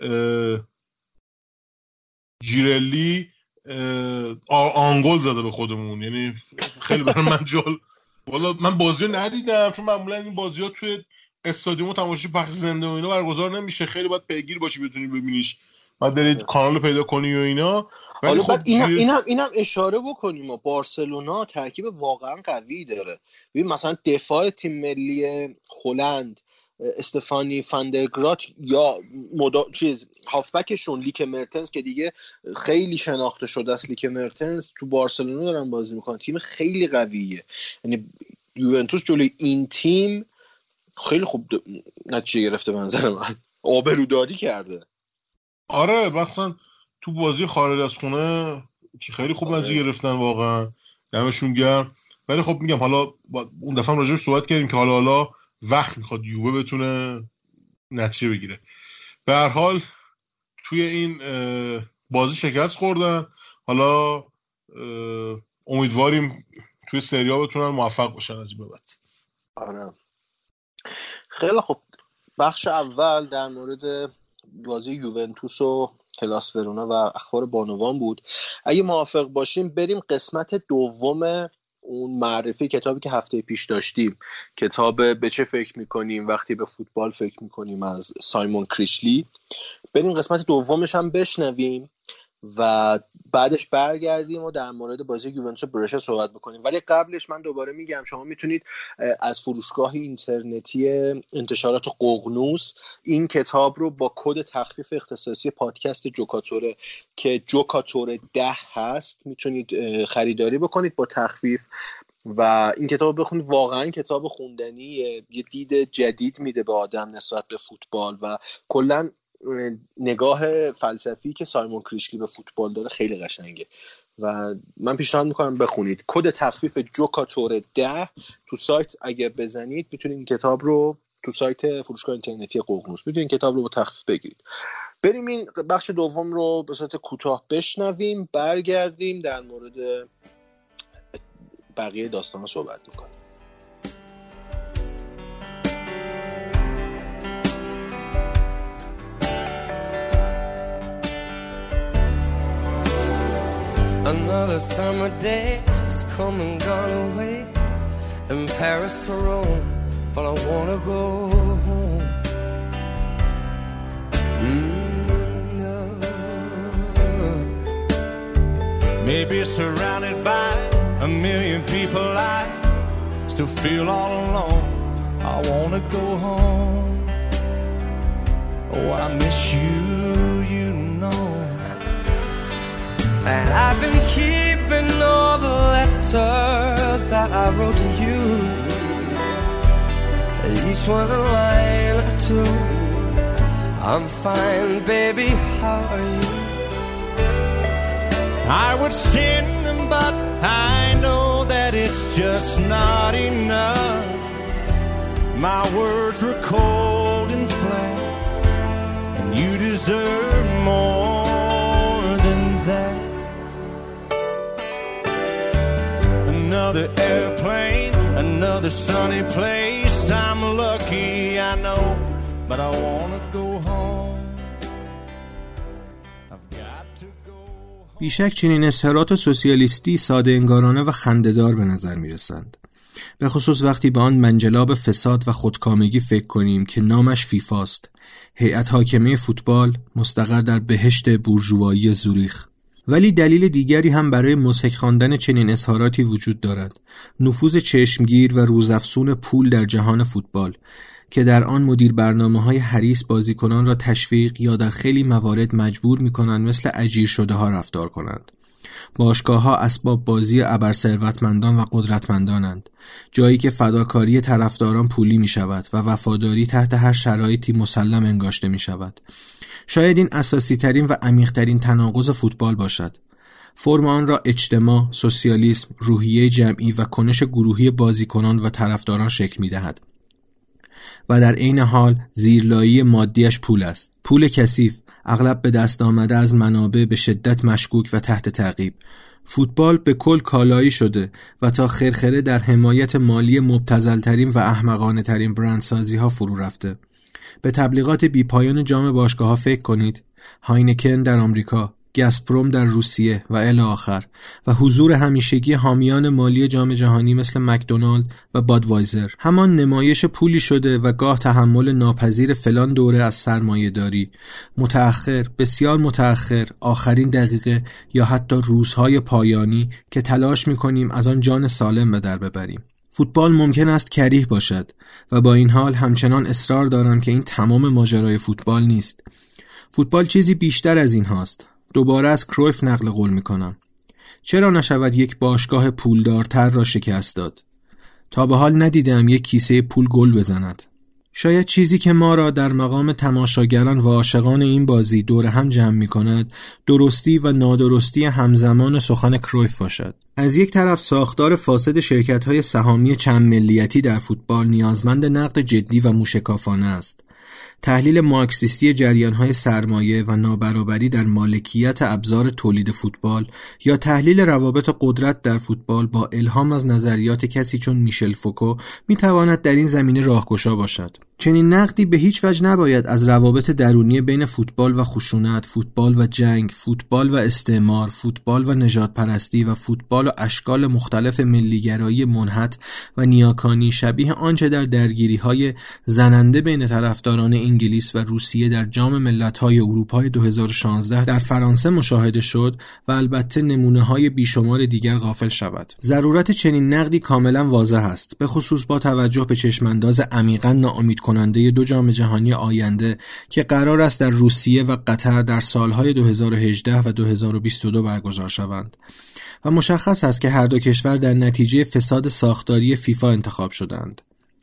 جیرلی آنگل زده به خودمون. یعنی خیلی برای من جال والا من بازی رو ندیدم، چون معمولا این بازی ها توی استادیوم تماشای پخش زنده و اینا برگزار نمیشه، خیلی باید پیگیر باشی بتونی ببینیش، بعد برید کانال پیدا کنی و اینا. ولی خب اینم جیر... اینم اینم اشاره بکنیم و بارسلونا ترکیب واقعا قوی داره. ببین مثلا دفاع تیم ملی هلند استفانی فاندرگرات یا مدا... چیز هافبکشون لیک مرتنز که دیگه خیلی شناخته شده است، لیک مرتنز تو بارسلونا دارن بازی میکنن، تیم خیلی قویه. یعنی یوونتوس جلوی این تیم خیلی خوب د... نتیجه گرفته به نظر من، آبروداری کرده. آره مثلا تو بازی خارج از خونه که خیلی خوب آره. نتیجه گرفتن واقعا، دمشون گرم. ولی خب میگم حالا اون دفعه هم راجعش صحبت کردیم که حالا حالا وقت میخواد یووه بتونه نتیجه بگیره. به هر حال توی این بازی شکست خوردن، حالا امیدواریم توی سری آ بتونن موفق باشن از این به بعد. آره خیلی خوب، بخش اول در مورد بازی یوونتوس و هلاس ورونا و اخبار بانوان بود. اگه موافق باشیم بریم قسمت دوم اون معرفی کتابی که هفته پیش داشتیم، کتاب به چه فکر میکنیم وقتی به فوتبال فکر میکنیم از سایمون کریشلی. بریم قسمت دومش هم بشنویم و بعدش برگردیم و در مورد بازی یوونتوس و برشا صحبت بکنیم. ولی قبلش من دوباره میگم شما میتونید از فروشگاه اینترنتی انتشارات ققنوس این کتاب رو با کد تخفیف اختصاصی پادکست جوکاتوره که جوکاتوره ده هست میتونید خریداری بکنید با تخفیف و این کتاب بخونید. واقعا کتاب خوندنی، یه دید جدید میده به آدم نسبت به فوتبال و کلا نگاه فلسفی که سایمون کریشلی به فوتبال داره خیلی قشنگه و من پیشنهاد میکنم بخونید. کد تخفیف جوکاتوره ده تو سایت اگه بزنید میتونید این کتاب رو تو سایت فروشگاه اینترنتی ققنوس میتونید کتاب رو با تخفیف بگیرید. بریم این بخش دوم رو به صورت کوتاه بشنویم، برگردیم در مورد بقیه داستان صحبت میکنیم. Another summer day has come and gone away in Paris or Rome, but I wanna go home. Mm, no. Maybe surrounded by a million people, I still feel all alone. I wanna go home. Oh, I miss you, you know. And I've been keeping all the letters that I wrote to you, each one a line or two. I'm fine, baby, how are you? I would send them, but I know that it's just not enough. My words were cold and flat, and you deserve more than that. Another airplane, another sunny place. I'm lucky, I know, but I wanna go home. I've got to go. بیشک چنین اظهارات سوسیالیستی ساده انگارانه و خنده‌دار به نظر میرسند، به خصوص وقتی به آن منجلاب فساد و خودکامگی فکر کنیم که نامش فیفاست، هیئت حاکمه فوتبال مستقر در بهشت بورژوایی زوریخ. ولی دلیل دیگری هم برای مضحک خواندن چنین اظهاراتی وجود دارد: نفوذ چشمگیر و روزافزون پول در جهان فوتبال که در آن مدیر برنامه‌های حریص بازیکنان را تشویق یا در خیلی موارد مجبور می‌کنند مثل اجیر شده ها رفتار کنند. باشگاه‌ها اسباب بازی ابرثروتمندان و قدرتمندانند، جایی که فداکاری طرفداران پولی می‌شود و وفاداری تحت هر شرایطی مسلم انگاشته می‌شود. شاید این اساسی ترین و عمیق ترین تناقض فوتبال باشد. فرم آن را اجتماع، سوسیالیسم، روحیه جمعی و کنش گروهی بازیکنان و طرفداران شکل می‌دهد و در عین حال زیرلایی مادیش پول است. پول کثیف، اغلب به دست آمده از منابع به شدت مشکوک و تحت تعقیب. فوتبال به کل کالایی شده و تا خرخره در حمایت مالی مبتذل‌ترین و احمقانه‌ترین برندسازی ها فرو رفته. به تبلیغات بیپایان جام باشگاه‌ها فکر کنید، هاینکن در آمریکا، گازپروم در روسیه و الی آخر، و حضور همیشگی حامیان مالی جام جهانی مثل مکدونالد و بادوایزر. همان نمایش پولی شده و گاه تحمل ناپذیر فلان دوره از سرمایه‌داری، متأخر، بسیار متأخر، آخرین دقیقه یا حتی روزهای پایانی که تلاش می‌کنیم از آن جان سالم به در ببریم. فوتبال ممکن است کریه باشد و با این حال همچنان اصرار دارم که این تمام ماجرای فوتبال نیست. فوتبال چیزی بیشتر از این هاست. دوباره از کرویف نقل قول میکنم. چرا نشود یک باشگاه پولدارتر را شکست داد؟ تا به حال ندیدم یک کیسه پول گل بزند. شاید چیزی که ما را در مقام تماشاگران و عاشقان این بازی دور هم جمع می کند درستی و نادرستی همزمان سخن کرویف باشد. از یک طرف ساختار فاسد شرکت‌های سهامی چند ملیتی در فوتبال نیازمند نقد جدی و موشکافانه است. تحلیل مارکسیستی جریان‌های سرمایه و نابرابری در مالکیت ابزار تولید فوتبال یا تحلیل روابط قدرت در فوتبال با الهام از نظریات کسی چون میشل فوکو می‌تواند در این زمینه راهگشا باشد. چنین نقدی به هیچ وجه نباید از روابط درونی بین فوتبال و خشونت، فوتبال و جنگ، فوتبال و استعمار، فوتبال و نژادپرستی و فوتبال و اشکال مختلف ملیگرایی منحط و نیاکانی شبیه آنچه در درگیری‌های زننده بین طرفداران انگلیس و روسیه در جام ملت‌های اروپای دو هزار و شانزده در فرانسه مشاهده شد و البته نمونه‌های بیشمار دیگر غافل شود. ضرورت چنین نقدی کاملا واضح است، به خصوص با توجه به چشمانداز عمیقاً ناامید کننده دو جام جهانی آینده که قرار است در روسیه و قطر در سالهای دو هزار و هجده و دو هزار و بیست و دو برگزار شوند و مشخص است که هر دو کشور در نتیجه فساد ساختاری فیفا انتخاب شدند.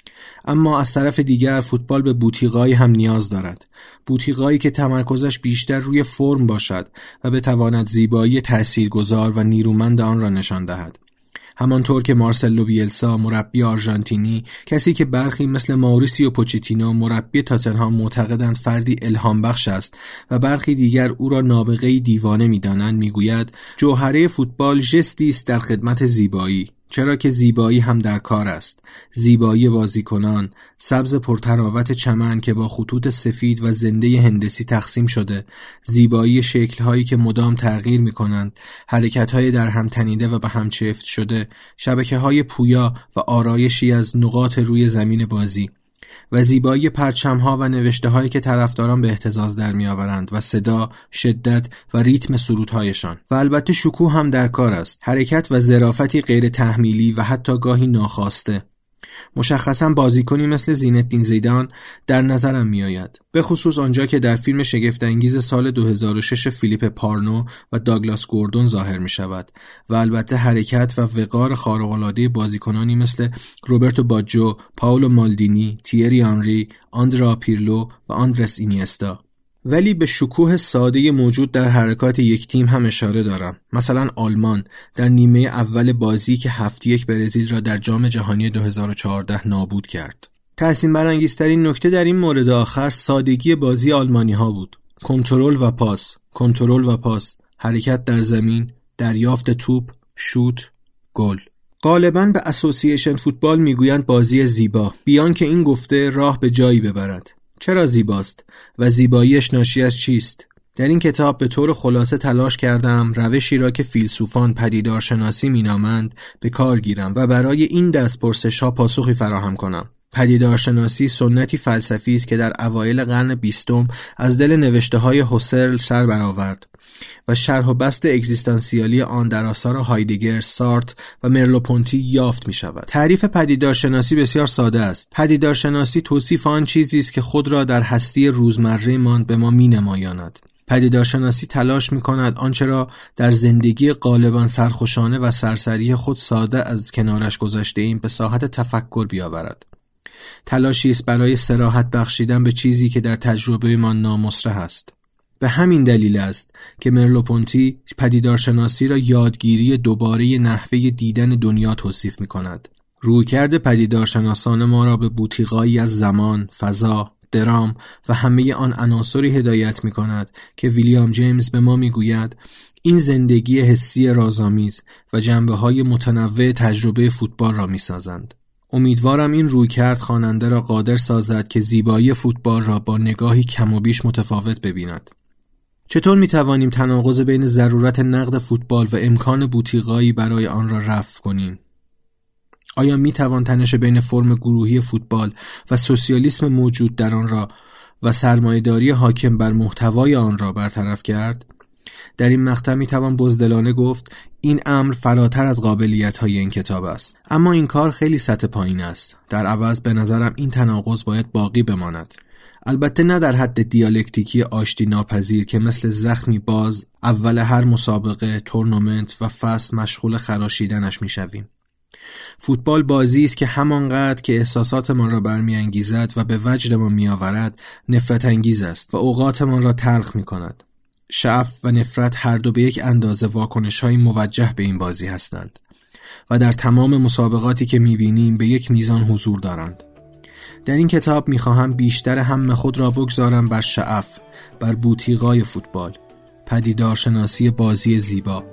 اما از طرف دیگر فوتبال به بوتیقایی هم نیاز دارد، بوتیقایی که تمرکزش بیشتر روی فرم باشد و بتواند زیبایی تاثیرگذار و نیرومند آن را نشان دهد. همانطور که مارسلو بیلسا مربی آرژانتینی، کسی که برخی مثل ماوریسیو پوچتینو مربی تاتنهام معتقدند فردی الهام بخش است و برخی دیگر او را نابغه‌ای دیوانه می‌دانند، می‌گوید جوهره فوتبال ژستی است در خدمت زیبایی، چرا که زیبایی هم در کار است. زیبایی بازیکنان، سبز پرتراوت چمن که با خطوط سفید و زنده هندسی تقسیم شده، زیبایی شکل‌هایی که مدام تغییر می‌کنند، حرکت‌های در هم تنیده و به هم چفت شده، شبکه‌های پویا و آرایشی از نقاط روی زمین بازی و زیبایی پرچم‌ها و نوشته‌هایی که طرفداران به اهتزاز در می‌آورند و صدا، شدت و ریتم سرودهایشان. و البته شکوه هم در کار است، حرکت و ظرافتی غیر تحمیلی و حتی گاهی ناخواسته. مشخصاً بازیکنی مثل زینتدین زیدان در نظرم میآید، به خصوص آنجا که در فیلم شگفت‌انگیز سال دو هزار و شش فیلیپ پارنو و داگلاس گوردون ظاهر می شود و البته حرکت و وقار خارق‌العاده بازیکنانی مثل روبرتو باجو، پاولو مالدینی، تیری آنری، آندرا پیرلو و آندرس اینیستا. ولی به شکوه ساده موجود در حرکات یک تیم هم اشاره دارم. مثلا آلمان در نیمه اول بازی که هفت یک برزیل را در جام جهانی دو هزار و چهارده نابود کرد. تحسین برانگیزترین نکته در این مورد آخر سادگی بازی آلمانی ها بود. کنترل و پاس، کنترل و پاس، حرکت در زمین، دریافت توپ، شوت، گل. غالباً به اسوسییشن فوتبال میگویند بازی زیبا، بیان که این گفته راه به جایی ببرد. چرا زیباست و زیباییش ناشی از چیست؟ در این کتاب به طور خلاصه تلاش کردم روشی را که فیلسوفان پدیدارشناسی مینامند به کار گیرم و برای این دست پرسش‌ها پاسخی فراهم کنم. پدیدارشناسی سنتی فلسفی است که در اوایل قرن بیستم از دل نوشته‌های هوسرل سر برآورد و شرح و بسط اگزیستانسیالی آن در آثار هایدگر، سارتر و مرلو-پونتی یافت می شود. تعریف پدیدارشناسی بسیار ساده است. پدیدارشناسی توصیف آن چیزی است که خود را در هستی روزمره‌مان به ما می نمایاند. پدیدارشناسی تلاش می کند آنچه را در زندگی غالباً سرخوشانه و سرسری خود ساده از کنارش گذاشته ایم به ساحت تفکر بیاورد. تلاشی است برای صراحت بخشیدن به چیزی که در تجربه ما نامصرح است. به همین دلیل است که مرلو-پونتی پدیدارشناسی را یادگیری دوباره نحوه دیدن دنیا توصیف می کند. رویکرد پدیدارشناسان ما را به بوتیقایی از زمان، فضا، درام و همه آن عناصری هدایت می کند که ویلیام جیمز به ما می گوید این زندگی حسی رازآمیز و جنبه‌های متنوع تجربه فوتبال را می سازند. امیدوارم این رویکرد خواننده را قادر سازد که زیبایی فوتبال را با نگاهی کم و بیش متفاوت ببیند. چطور می توانیم تناقض بین ضرورت نقد فوتبال و امکان بوتیقایی برای آن را رفع کنیم؟ آیا می توان تنش بین فرم گروهی فوتبال و سوسیالیسم موجود در آن را و سرمایه‌داری حاکم بر محتوای آن را برطرف کرد؟ در این مقطع می توان بزدلانه گفت این امر فراتر از قابلیت‌های این کتاب است. اما این کار خیلی سطح پایین است. در عوض به نظرم این تناقض باید باقی بماند. البته نه در حد دیالکتیکی آشتی ناپذیر که مثل زخمی باز اول هر مسابقه، تورنمنت و فصل مشغول خراشیدنش میشویم. فوتبال بازی است که همانقدر که احساساتمان را برمی‌انگیزد و به وجدمان می‌آورد نفرت انگیز است و اوقاتمان را تلخ می‌کند. شعف و نفرت هر دو به یک اندازه واکنش‌های موجه به این بازی هستند و در تمام مسابقاتی که می‌بینیم به یک میزان حضور دارند. در این کتاب می‌خواهم بیشتر هم خود را بگذارم بر شعف، بر بوتیقای فوتبال، پدیدارشناسی بازی زیبا.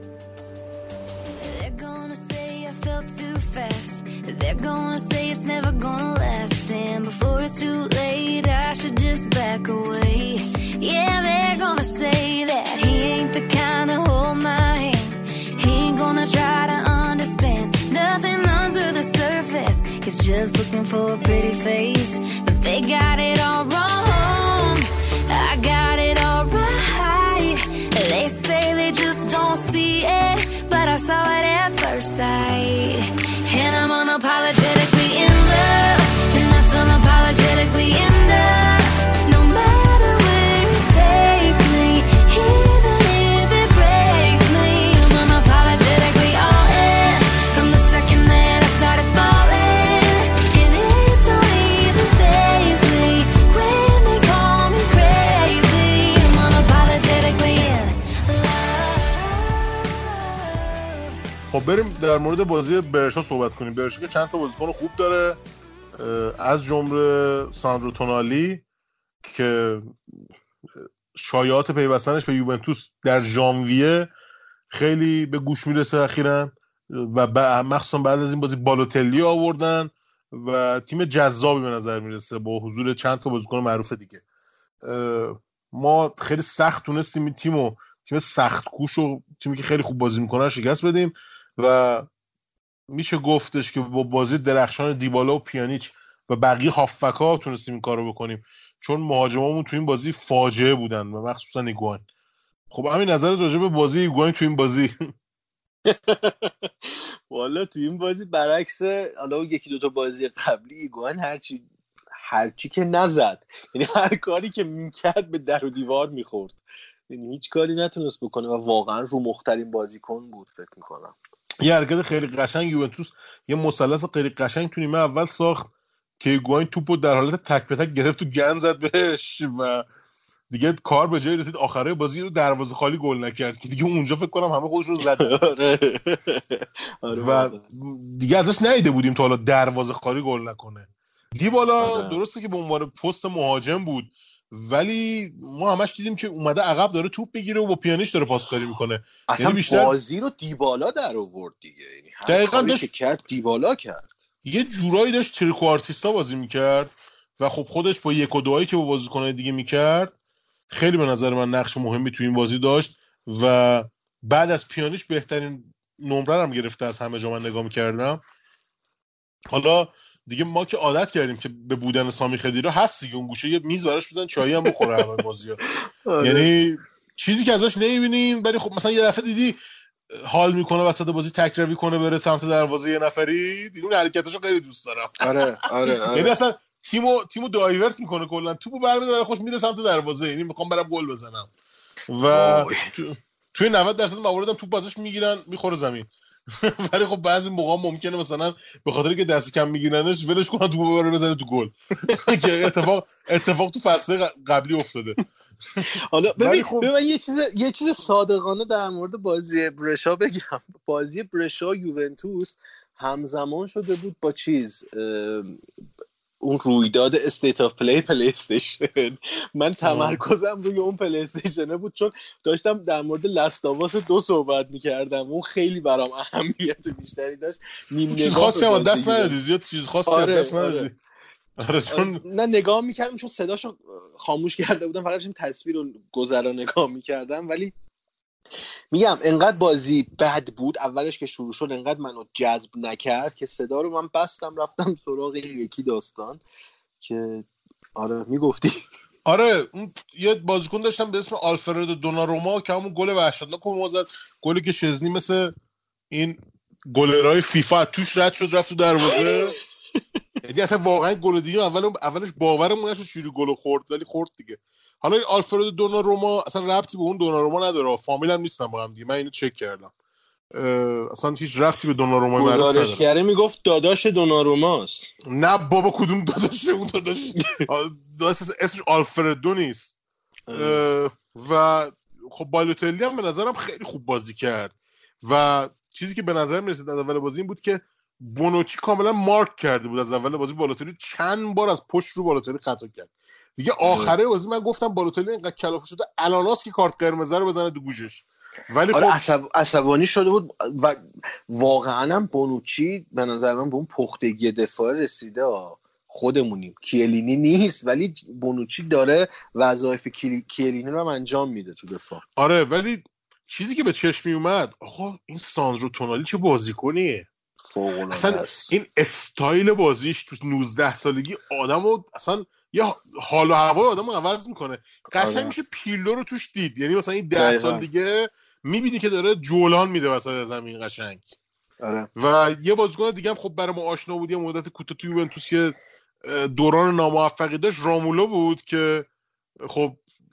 They're gonna say it's never gonna last, and before it's too late I should just back away. Yeah, they're gonna say that he ain't the kind to hold my hand. He ain't gonna try to understand nothing under the surface. He's just looking for a pretty face, but they got it all wrong. I got it all right. They say they just don't see it, but I saw it at first sight. And I'm unapologetically in love, and that's unapologetically enough. No matter where it takes me, even if it breaks me, I'm unapologetically all in. From the second that I started falling, and it don't even faze me when they call me crazy. I'm unapologetically in love. خب بریم در مورد بازی برشا صحبت کنیم. برشا که چند تا بازیکن خوب داره، از جمله ساندرو تونالی که شایعات پیوستنش به یوونتوس در ژانویه خیلی به گوش میرسه اخیراً و مخصوصا بعد از این بازی بالوتلی آوردن و تیم جذابی به نظر میرسه با حضور چند تا بازیکن معروف دیگه. ما خیلی سخت تونستیم این تیمو، تیم سخت کوش و تیمی که خیلی خوب بازی میکنه شکست بدیم و میشه گفتش که با بازی درخشان دیبالا و پیانیچ و بقیه هافبک‌ها تونستیم این کارو بکنیم، چون مهاجمامون تو این بازی فاجعه بودن و مخصوصا ایگوان. خب همین نظرت راجع به بازی ایگوان تو این بازی؟ والا تو این بازی برعکس حالا یکی دو تا بازی قبلی ایگوان هرچی هرچی که نزد، یعنی هر کاری که میکرد به در و دیوار میخورد، یعنی هیچ کاری نتونست بکنه و واقعا رو مخترین بازیکن بود فکر میکنم. یه حرکت خیلی قشنگ یوونتوس یه مثلث خیلی قشنگ تو نیمه اول ساخت که ایگوان توپو در حالت تک به تک گرفت و گند زد بهش و دیگه کار به جایی رسید آخره بازی رو دروازه خالی گل نکرد که دیگه اونجا فکر کنم همه خودش رو زدن. آره. و دیگه ازش ندیده بودیم تا حالا دروازه خالی گل نکنه. دیبالا درسته که به عنوان پست مهاجم بود ولی ما همش دیدیم که اومده عقب داره توپ بگیره و با پیانیش داره پاسکاری میکنه. اصلا یعنی بیشتر بازی رو دیبالا در آورد دیگه، یعنی هر کاری داشت... که کرد دیبالا کرد. یه جورایی داشت تریکوارتیستا بازی میکرد و خب خودش با یک و دوایی که با بازیکن‌های دیگه میکرد خیلی به نظر من نقش مهمی تو این بازی داشت و بعد از پیانیش بهترین نمره هم گرفته از همه جا من نگاه میکردم. حالا دیگه ما که عادت کردیم که به بودن سامی خدیرا هست دیگه، اون گوشه یه میز براش بزن چایی هم بخوره همه بازی‌ها. یعنی چیزی که ازش نمی‌بینیم، ولی خب مثلا یه دفعه دیدی حال میکنه وسط بازی تک روی کنه بره سمت دروازه یه نفری، دیدون حرکتاشو خیلی دوست دارم. آره آره آره. یعنی اصلا تیمو تیمو دایورت میکنه کلا، توپو برمی‌داره خوش میره سمت دروازه، یعنی میخوام برم گل بزنم و تو... توی نود درصد مواردم توپ ازش میگیرن میخوره زمین. ولی خب بعضی موقع ممکنه مثلا به خاطر که دست کم میگیرنش ولش کنن توپو ببره بزنه تو گل که اتفاق اتفاق تو فصل قبلی افتاده. حالا ببین خب... ببین یه چیز یه چیز صادقانه در مورد بازی برشا بگم. بازی برشا یوونتوس همزمان شده بود با چیز اون رویداد استیت آف پلی پلی استیشن. من تمرکزم روی اون پلی استیشنه بود چون داشتم در مورد لاستاواس دو صحبت میکردم، اون خیلی برام اهمیت بیشتری داشت. نیم چیز خاصی هم دست ندادی، زیاد چیز خاصی هم دست ندادی. آره چون نه نگاه میکردم چون صداشو خاموش کرده بودم، فقط این تصویر رو گذرا نگاه میکردم. ولی میگم انقدر بازی بد بود اولش که شروع شد، انقدر منو جذب نکرد که صدا رو من بستم رفتم سراغ این یکی داستان که آره میگفتی. آره اون یه بازیکن داشتم به اسم آلفردو دوناروما که همون گل وحشتناک رو زد، گلی که شزنی مثل این گلرای فیفا توش رد شد رفت تو دروازه. یعنی اصلا واقعا گل دیگه اول اولش باورمون نشد چجوری گل خورد، ولی خورد دیگه. حالا این آلفردو دوناروما اصلا ربطی به اون دوناروما نداره، فامیل هم نیستن با هم دیگه، من اینو چک کردم اصلا هیچ ربطی به دوناروما نداره. گزارشگره میگفت داداش دوناروماست. نه بابا کدوم داداشه، اون داداش داداش اسمش آلفردو نیست. و خب بالوتلی هم به نظرم خیلی خوب بازی کرد و چیزی که به نظر میرسید از اول بازی این بود که بونوچی کاملا مارک کرده بود از اول بازی. بالوتلی چند بار از پشت رو بالوتلی خطا کرد دیگه. آخره بازی من گفتم بالوتلی اینقدر کلافه شده الاناست که کارت قرمز رو بزنه تو گوشش. ولی آره خب عصب... عصبانی شده بود و واقعا هم بونوچی به نظر من به اون پختگی دفاع رسیده. خودمونیم، کیلینی نیست ولی بونوچی داره وظایف کیلینی رو هم انجام میده تو دفاع. آره ولی چیزی که به چشم می اومد آقا این ساندرو تونالی چه بازیکنیه، اصلا این استایل بازیش تو نوزده سالگی آدمو اصلا یه حال و هوای آدمو عوض میکنه. قشنگ آره. میشه پیلو رو توش دید، یعنی مثلا این ده سال دیگه میبینی که داره جولان میده وسط زمین قشنگ. آره. و یه بازیکن دیگه هم خب برای ما آشنا بود، یه مدت کوتاه تو یوونتوس یه دوران ناموفقی داشت، رامولو بود که خب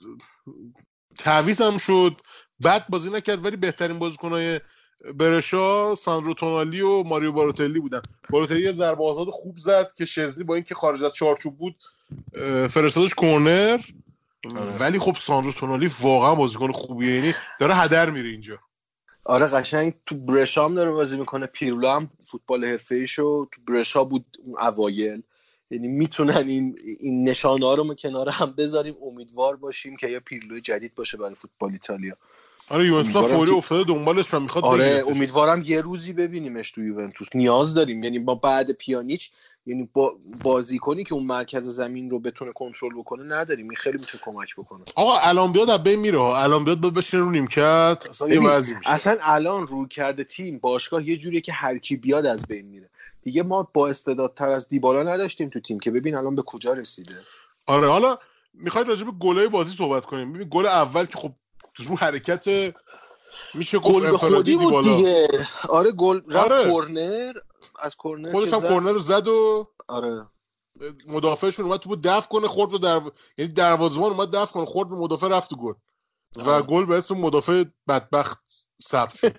تعویض هم شد، بد بازی نکرد ولی بهترین بازیکن‌های برشا ساندرو تونالی و ماریو باروتلی بودن. باروتلی یه ضربه آزاد خوب زد که شزنی با اینکه خارج از چارچوب بود فرستادش کورنر. آره. ولی خب ساندرو تونالی واقعا بازیکن خوبیه، یعنی داره هدر میره اینجا. آره قشنگ تو برشا هم داره بازی میکنه. پیرلو هم فوتبال حرفه‌ایشو تو برشا بود اون اوایل، یعنی میتونن این این نشانه‌ها رو ما کنار هم بذاریم، امیدوار باشیم که یا پیرلو جدید باشه برای فوتبال ایتالیا. آره یوونتوس فوری افتاده دنبالش و میخواد آره بگیرتش. امیدوارم یه روزی ببینیمش تو یوونتوس، نیاز داریم. یعنی ما بعد پیانیچ یعنی با بازیکنی که اون مرکز زمین رو بتونه کنترل بکنه نداریم، این خیلی میتونه کمک بکنه. آقا الان بیاد از بین میره، الان بیاد باید بشینه رو نیمکت، اصلا یه وضعی میشه. اصلا الان رو کرده تیم باشگاه یه جوریه که هر کی بیاد از بین میره دیگه. ما با استعدادتر از دیبالا نداشتیم تو تیم که ببین الان به کجا رسیده. آره حالا میخواید راجع به گلای بازی صحبت کنیم. ببین گل اول که خب رو حرکت میشه گل انفرادی بود دیگه. آره گل رفت آره. کورنر، از کورنر خودش هم کورنر رو زد و آره مدافعشون اومد تو دفع کنه، خورد به در... یعنی دروازه‌بان اومد دفع کنه، خورد به مدافع، رفت تو گل و گل به اسم مدافع بدبخت ثبت شد.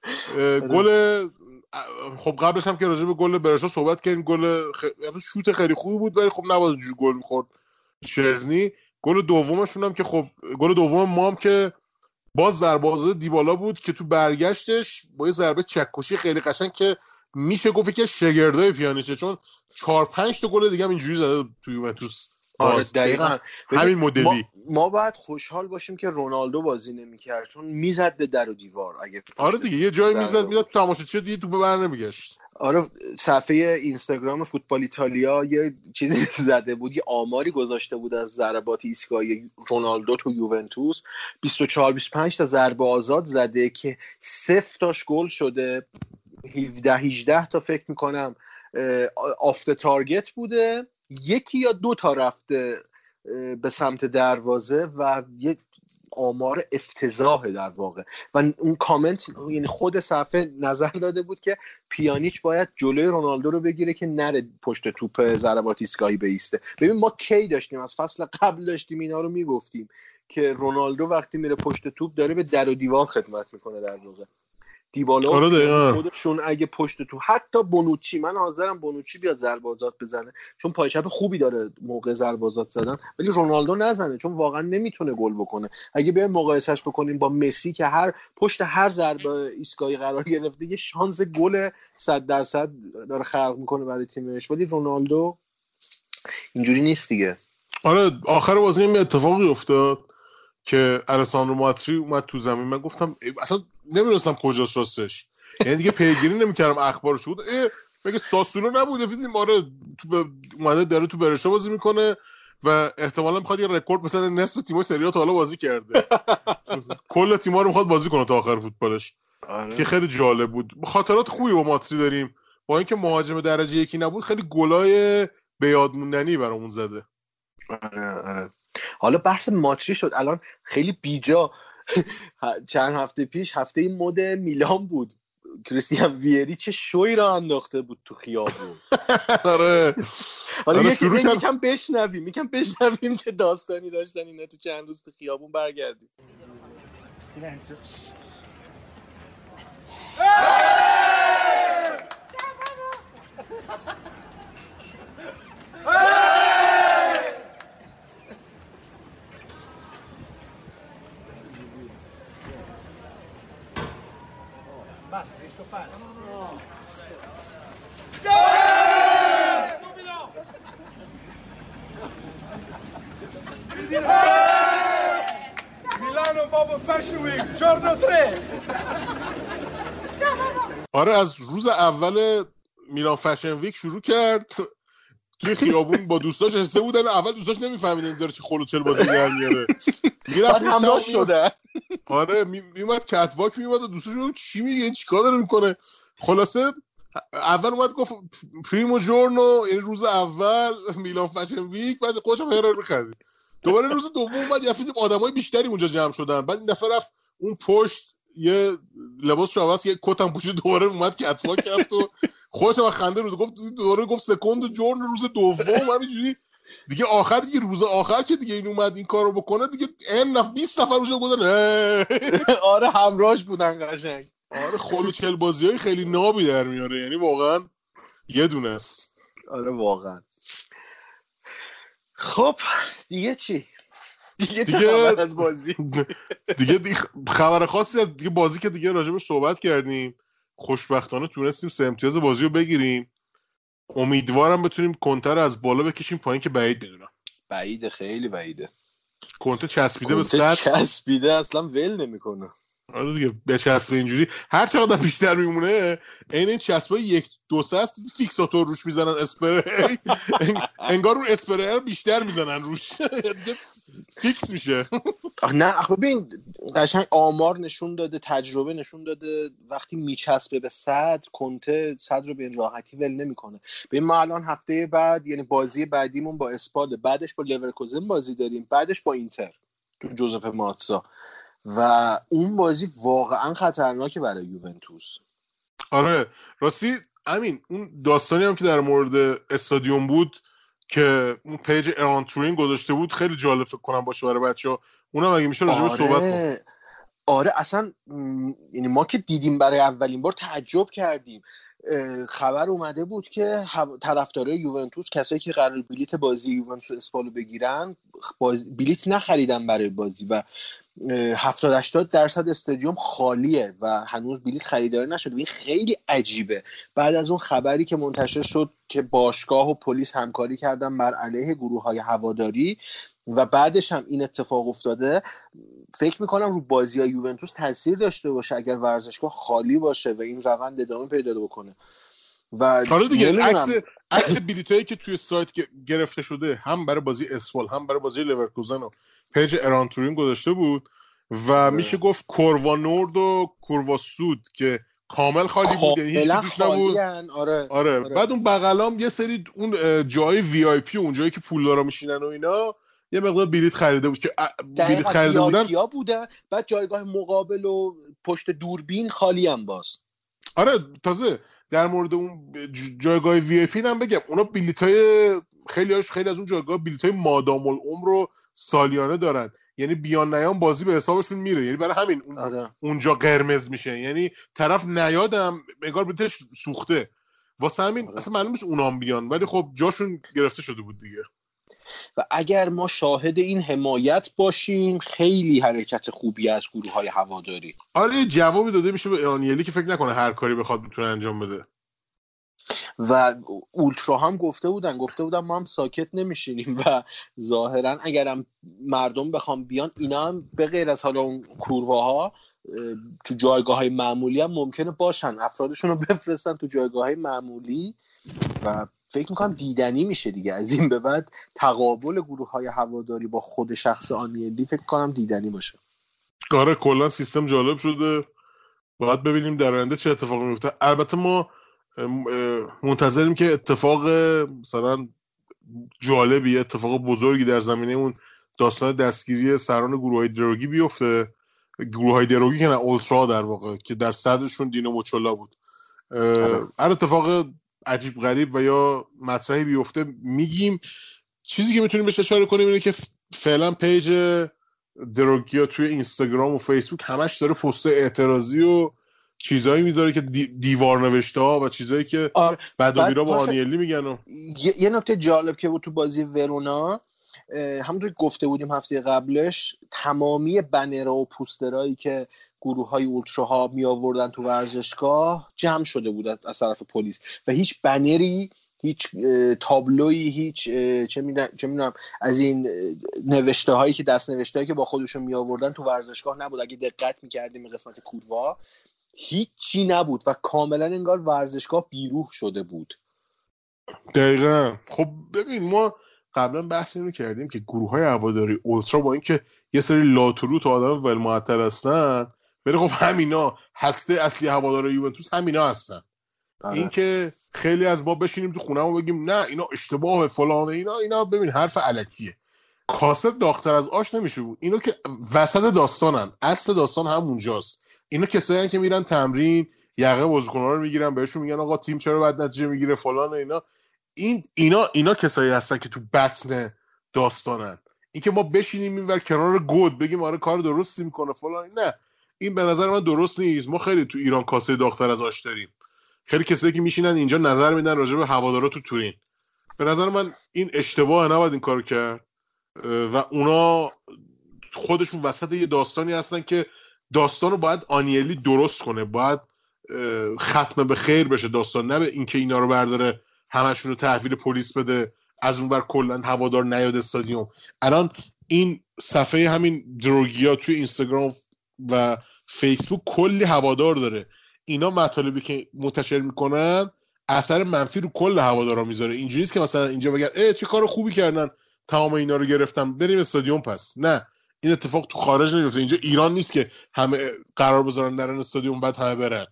گل خب قبلش هم که راجع به گل برشا صحبت کردیم، گل خ... شوت خیلی خوبی بود ولی خب نباید جو گل می‌خورد شزنی. گل دومشون هم که خب گل دوم ما هم که باز ضربه آزاد دیبالا بود که تو برگشتش با یه ضربه چکشی خیلی قشنگ که میشه گفت که شگردای پیانیچه، چون چهار پنج تا گل دیگه هم اینجوری زده تو یوونتوس. آره دقیقاً همین مدلی. ما, ما باید خوشحال باشیم که رونالدو بازی نمی‌کرد، چون میزد به در و دیوار. اگه آره دیگه یه جایی میزد میزد تماشاچی دیگه تو بر نمیگشت. آره صفحه اینستاگرام فوتبال ایتالیا یه چیزی زده بود، یه آماری گذاشته بود از ضربات ایستگاهی رونالدو تو یوونتوس. بیست و چهار بیست و پنج تا ضربه آزاد زده که صفر تاش گل شده، هفده هجده تا فکر میکنم آفت تارگت بوده، یکی یا دو تا رفته به سمت دروازه و یه آمار افتضاحه در واقع. و اون کامنت یعنی خود صفحه نظر داده بود که پیانیچ باید جلوی رونالدو رو بگیره که نره پشت توپ ضربات ایستگاهی بیسته. ببین ما کی داشتیم از فصل قبل داشتیم اینا رو میگفتیم که رونالدو وقتی میره پشت توپ داره به در و دیوار خدمت میکنه در واقع. دیبالا آره خودشون اگه پشت تو، حتی بونوچی، من حاضرم بونوچی بیاد ضربه آزاد بزنه چون پای چپ خوبی داره موقع ضربه آزاد زدن، ولی رونالدو نزنه چون واقعا نمیتونه گل بکنه. اگه بیایم مقایسهش بکنیم با مسی که هر پشت هر ضربه ایستگاهی قرار گرفته یه شانس گل صد درصد داره خلق میکنه برای تیمش، ولی رونالدو اینجوری نیست دیگه. آره آخر بازی این اتفاقی افتاد که الساندرو ماتری اومد تو زمین. من گفتم اصلا نمیدونستم کجاست راستش، یعنی دیگه پیگیری نمیکردم اخبارش بود. اه مگه ساسولو نبوده فیزیم؟ آره تو ب... اومده داره تو برشا بازی میکنه و احتمالاً میخواد یه رکورد مثلا نصف تیم‌های سری آ تا حالا بازی کرده. کل تیم‌ها رو میخواد بازی کنه تا آخر فوتبالش. آره. که خیلی جالب بود. خاطرات خوبی با ماتری داریم، با اینکه مهاجم درجه یکی نبود خیلی گلای به یاد موندنی برامون زده. آره آره. حالا بحث ماتری شد الان خیلی بیجا. چند هفته پیش هفته این مد میلان بود، کریستیان ویری چه شوی را انداخته بود تو خیابون. آره حالا یه چیزی میگم بشنویم میگم بشنویم که داستانی داشتن اینا تو چند روز تو خیابون. برگردیم. Milano Baba Fashion Week giorno tre. آره از روز اول میلان فشن ویک شروع کرد توی خیابون با دوستاش نشسته بودن. اول دوستاش نمیفهمیدن داره چه خلوچل بازی در میاره. دیگه رفت همراش شده. آره میومد کت واک میومد و دوستاش میگفت چی میگه این چیکار داره میکنه. خلاصه اول اومد گفت پریمو جورنو یعنی روز اول میلان فشن ویک، بعد خودش هرر می‌خرید. دوباره روز دوم اومد یه فیلم آدمای بیشتری اونجا جمع شدن. بعد این دفعه رفت اون پشت یه لباسش عوض یه کت هم پوشید دوباره اومد کت واک کرد و خودش هم خنده رو گفت دوباره گفت سکند جورن روز دوم همینجوری دیگه. آخر دیگه روز آخر که دیگه این اومد این کارو بکنه دیگه ان نفر بیست نفر روش گفتن آره همراهش بودن قشنگ. آره خلوچل بازیای خیلی نابی در میاره یعنی واقعا یه دونه است. آره واقعا. خب دیگه چی؟ دیگه چه خبر از بازی؟ دیگه, دیگه خبر خاصی از دیگه بازی که دیگه راجبش صحبت کردیم. خوشبختانه تونستیم سه امتیاز بازی رو بگیریم. امیدوارم بتونیم کنتر از بالا بکشیم پایین که بعید میدونم. بعیده، خیلی بعیده. کنتر چسبیده به سطح. چسبیده اصلا ول نمیکنه. آره دیگه به چسب اینجوری هر چقدر بیشتر میمونه عین این چسبای یک دو سه است فیکساتور روش میزنن اسپری انگار اون اسپری بیشتر میزنن روش دیگه فیکس میشه. نه ببین قشنگ آمار نشون داده، تجربه نشون داده وقتی میچسبه به صد کنته صد رو به این راحتی ول نمیکنه. ببین ما الان هفته بعد یعنی بازی بعدیمون با اسپال، بعدش با لورکوزن بازی داریم، بعدش با اینتر تو جوزپه ماتزا و اون بازی واقعا خطرناکه برای یوونتوس. آره راستی امین اون داستانی هم که در مورد استادیوم بود که اون پیج ایران تورین گذاشته بود خیلی جالب فکر کنم باشه برای بچه‌ها. اونم اگه میشه راجع بهش صحبت کنیم. آره اصلا یعنی ما که دیدیم برای اولین بار تعجب کردیم. خبر اومده بود که طرفدارای یوونتوس کسایی که قرار بلیت بازی یوونتوس اسپالو بگیرن بلیت نخریدن برای بازی و هفتاد هشتاد درصد استادیوم خالیه و هنوز بلیت خریداری نشده. این خیلی عجیبه. بعد از اون خبری که منتشر شد که باشگاه و پلیس همکاری کردن بر علیه گروه‌های هواداری و بعدش هم این اتفاق افتاده، فکر میکنم رو بازی‌های یوونتوس تاثیر داشته باشه اگر ورزشگاه خالی باشه و این روند ادامه پیدا بکنه. و حالا دیگه عکس عکس بلیطایی که توی سایت گرفته شده هم برای بازی اسپال هم برای بازی لورکوزن و پیج ایران تورین گذاشته بود و اه. میشه گفت کوروا نورد و کوروا سود که کامل خالی بود یعنی هیچ توش نبود. آره. آره. آره بعد اون بغلام یه سری اون جای وی آی پی اون جایی که پولدارا میشینن و اینا یه مقدار بلیط خریده بود که بلیط خریده بودن یا بودن بعد جایگاه مقابل و پشت دوربین خالی هم باز. آره تازه در مورد اون جایگاه وی آی پی هم بگم اونا بلیطای خیلی هاش خیلی از اون جایگاه بلیطای مادام العمر رو سالیانه دارن یعنی بیان نیام بازی به حسابشون میره یعنی برای همین اون آره. اونجا قرمز میشه یعنی طرف نیادم انگار بلیطش سوخته واسه همین آره. اصلا معلوم نیست اونام بیان ولی خب جاشون گرفته شده بود دیگه. و اگر ما شاهد این حمایت باشیم خیلی حرکت خوبی از گروه‌های هواداری. آره جوابی داده میشه به آنیلی که فکر نکنه هر کاری بخواد بتونه انجام بده. و اولترا هم گفته بودن گفته بودن ما هم ساکت نمیشینیم و ظاهرا اگرم مردم بخوام بیان اینا هم به غیر از حالا اون کورواها تو جایگاه‌های معمولی هم ممکنه باشن افرادشون رو بفرستن تو جایگاه‌های معمولی و فکر میکنم دیدنی میشه دیگه از این به بعد تقابل گروه‌های هواداری با خود شخص آنیلی فکر کنم دیدنی باشه. آره کلا سیستم جالب شده باید ببینیم در آینده چه اتفاقی میفته. البته ما منتظریم که اتفاق مثلا جالبی اتفاق بزرگی در زمینه اون داستان دستگیری سران گروه‌های دروگی بیفته. گروه‌های دروگی که نه اولترا در واقع که در صدرشون دینو موچولا بود. هر اتفاق عجیب غریب و یا مطرحی بیفته میگیم. چیزی که میتونیم بهش اشاره کنیم اینه که فعلا پیج دروگیا توی اینستاگرام و فیسبوک همش داره پست اعتراضی و چیزایی میذاره که دی، دیوار نوشته ها و چیزایی که آره. بداویرا با آنیلی میگن و... یه, یه نکته جالب که بود تو بازی ورونا همونطور که گفته بودیم هفته قبلش تمامی بنرها و پوسترهایی که گروه‌های اولتراها می آوردن تو ورزشگاه جمع شده بود از طرف پلیس و هیچ بنری، هیچ تابلویی، هیچ چه میدونم چه میدونم از این نوشته هایی که دست نوشته هایی که با خودشون می آوردن تو ورزشگاه نبود. اگه دقت می‌کردیم قسمت کوروا هیچی نبود و کاملا انگار ورزشگاه بیروح شده بود. دقیقاً. خب ببین ما قبلا بحث اینو کردیم که گروه‌های هواداری اولترا با اینکه یه سری لاتولوت آدم ول معطل هستن، ولی خب همینا هسته اصلی هواداری یوونتوس همینا هستن. این که خیلی از ما بشینیم تو خونه‌مون بگیم نه اینا اشتباهه فلان اینا اینا ببین حرف الکیه. کاسه داغ‌تر از آش نمیشه بود. اینا که وسط داستانن، اصل داستان همونجاست. اینا کسایی که میرن تمرین یقه بازیکن‌ها رو میگیرن بهشون میگن آقا تیم چرا بد نتیجه میگیره فلان اینا. این اینا اینا کسایی هستن که تو بطن داستانن. این که ما بشینیم اینور کنار گود بگیم آره کار درستی میکنه فلان، نه این به نظر من درست نیست. ما خیلی تو ایران کاسه داغ‌تر از آش داریم. خیلی کسایی که میشینن اینجا نظر میدن راجع به هوادارا تو تورین. به نظر من این اشتباهه، نباید این کارو کرد و اونا خودشون وسط یه داستانی هستن که داستانو باید آنیلی درست کنه، باید ختم به خیر بشه داستان، نه به اینکه اینا رو برداره همشون رو تحویل پلیس بده از اون ور کلا هوادار نیاد استادیوم. الان این صفحه همین دروگیا توی اینستاگرام و فیسبوک کلی هوادار داره. اینا مطالبی که منتشر میکنن اثر منفی رو کل هوادارا میذاره. اینجوری نیست که مثلا اینجا بگن اه چه کار خوبی کردن تمام اینا رو گرفتم بریم استادیوم پس. نه این اتفاق تو خارج نمیفته. اینجا ایران نیست که همه قرار بذارن در استادیوم بعد همه برن.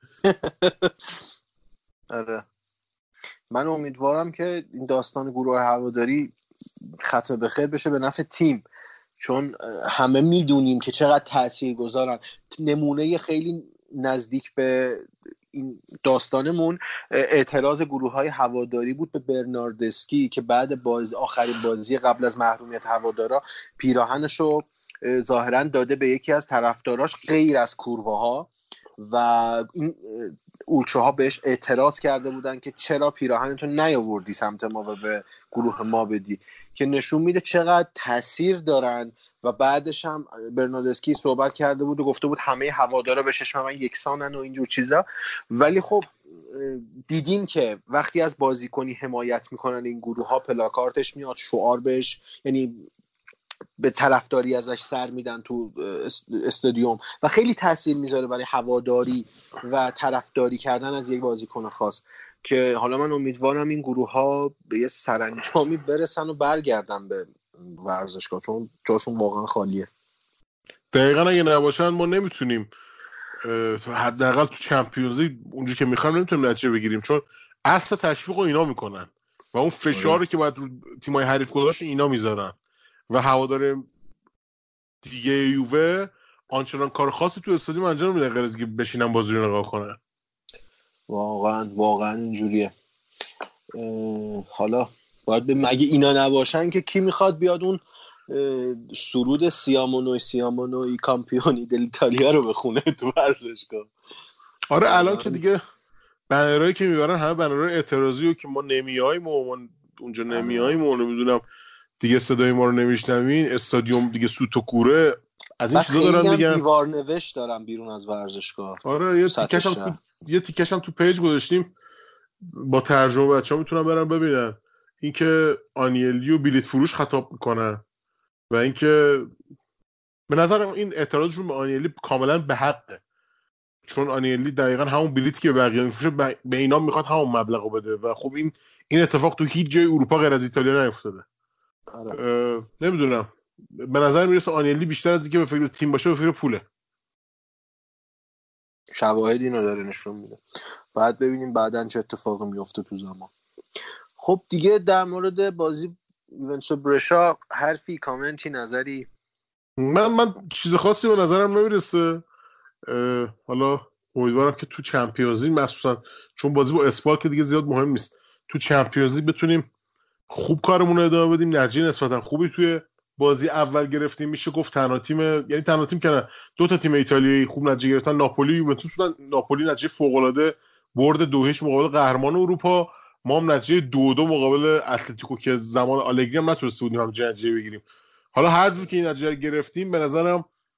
آره من امیدوارم که این داستان گروه هواداری ختم به خیر بشه به نفع تیم، چون همه میدونیم که چقدر تاثیرگذارن. نمونه خیلی نزدیک به این داستانمون اعتراض گروه‌های هواداری بود به برناردسکی که بعد باز آخرین بازی قبل از محرومیت هوادارا پیراهنشو ظاهراً داده به یکی از طرفداراش غیر از کورواها و این اولتراها بهش اعتراض کرده بودن که چرا پیراهنتو نیاوردی سمت ما و به گروه ما بدی، که نشون میده چقدر تاثیر دارن. و بعدش هم برناردسکی صحبت کرده بود و گفته بود همه هوادارا به چشم من یکسانن و اینجور چیزا. ولی خب دیدین که وقتی از بازیکنی حمایت میکنن این گروه ها پلاکارتش میاد، شعار بهش، یعنی به طرفداری ازش سر میدن تو استادیوم و خیلی تاثیر میذاره برای هواداری و طرفداری کردن از یک بازیکن خاص. که حالا من امیدوارم این گروه ها به یه سرانجامی برسن و برگردن به ورزشگاه، چون جاشون واقعا خالیه. دقیقا اگه نباشن ما نمیتونیم حداقل تو چمپیونز لیگ اونجوری که میخوایم نمیتونیم نتیجه بگیریم، چون اصلا تشویق رو اینا میکنن و اون فشاری که باید رو تیمای حریف گذاشت اینا میذارن و هوادار دیگه یووه آنچنان کار خاصی تو استادیوم انجام نمیدن غیر از اینکه بشینن بازی رو نگاه کنن. واقعا واقعا اینجوریه. حالا باید به مگه اینا نباشن که کی میخواد بیاد اون سرود سیامونوی سیامونوی کامپیونی دل ایتالیا رو بخونه تو ورزشگاه؟ آره الان که دیگه بنرایی که میبرن همه بنرای اعتراضی و که ما نمیاییم و ما اونجا نمیاییم و نمیدونم دیگه صدای ما رو نمیشنوین، استادیوم دیگه سوت و کوره از این چیزا دارن میگن. دیوار نوشت دارن بیرون از ورزشگاه. آره یه تیکش هم تو یه تیکش هم تو پیج گذاشتیم با ترجمه، بچه‌ها میتونن برن ببینن. اینکه آنیلیو بلیت فروش خطاب میکنن و اینکه به نظرم این اعتراضشون به آنیلی کاملا به حقه، چون آنیلی دقیقاً همون بلیتی که بقیه میفروشه به اینا میخواد همون مبلغو بده و خب این این اتفاق تو هیچ جای اروپا غیر از ایتالیا نیفتاده. نمیدونم به نظر میرسه آنیلی بیشتر از اینکه به فکر تیم باشه به فکر پوله. شواهدی اینو داره نشون میده. بعد ببینیم بعداً چه اتفاقی میفته تو زمان. خب دیگه در مورد بازی یوونتوس برشا حرفی، کامنتی، نظری؟ من من چیز خاصی به نظرم نمیرسه. حالا امیدوارم که تو چمپیونز لیگ مخصوصا چون بازی با اسپال که دیگه زیاد مهم نیست، تو چمپیونز لیگ بتونیم خوب کارمون رو ادامه بدیم. نتیجه نسبتا خوبی توی بازی اول گرفتیم، میشه گفت تنها تیم، یعنی تنها تیم که دو تا تیم ایتالیایی خوب نتیجه گرفتن ناپولی و یوونتوس بودن. ناپولی نتیجه فوق العاده برد دو هیچ مقابل قهرمان اروپا، ما هم نتیجه دو دو مقابل اتلتیکو که زمان آلگری هم نتونسته بودیم هم نتیجه بگیریم. حالا هر جور که این نتیجه گرفتیم به نظرم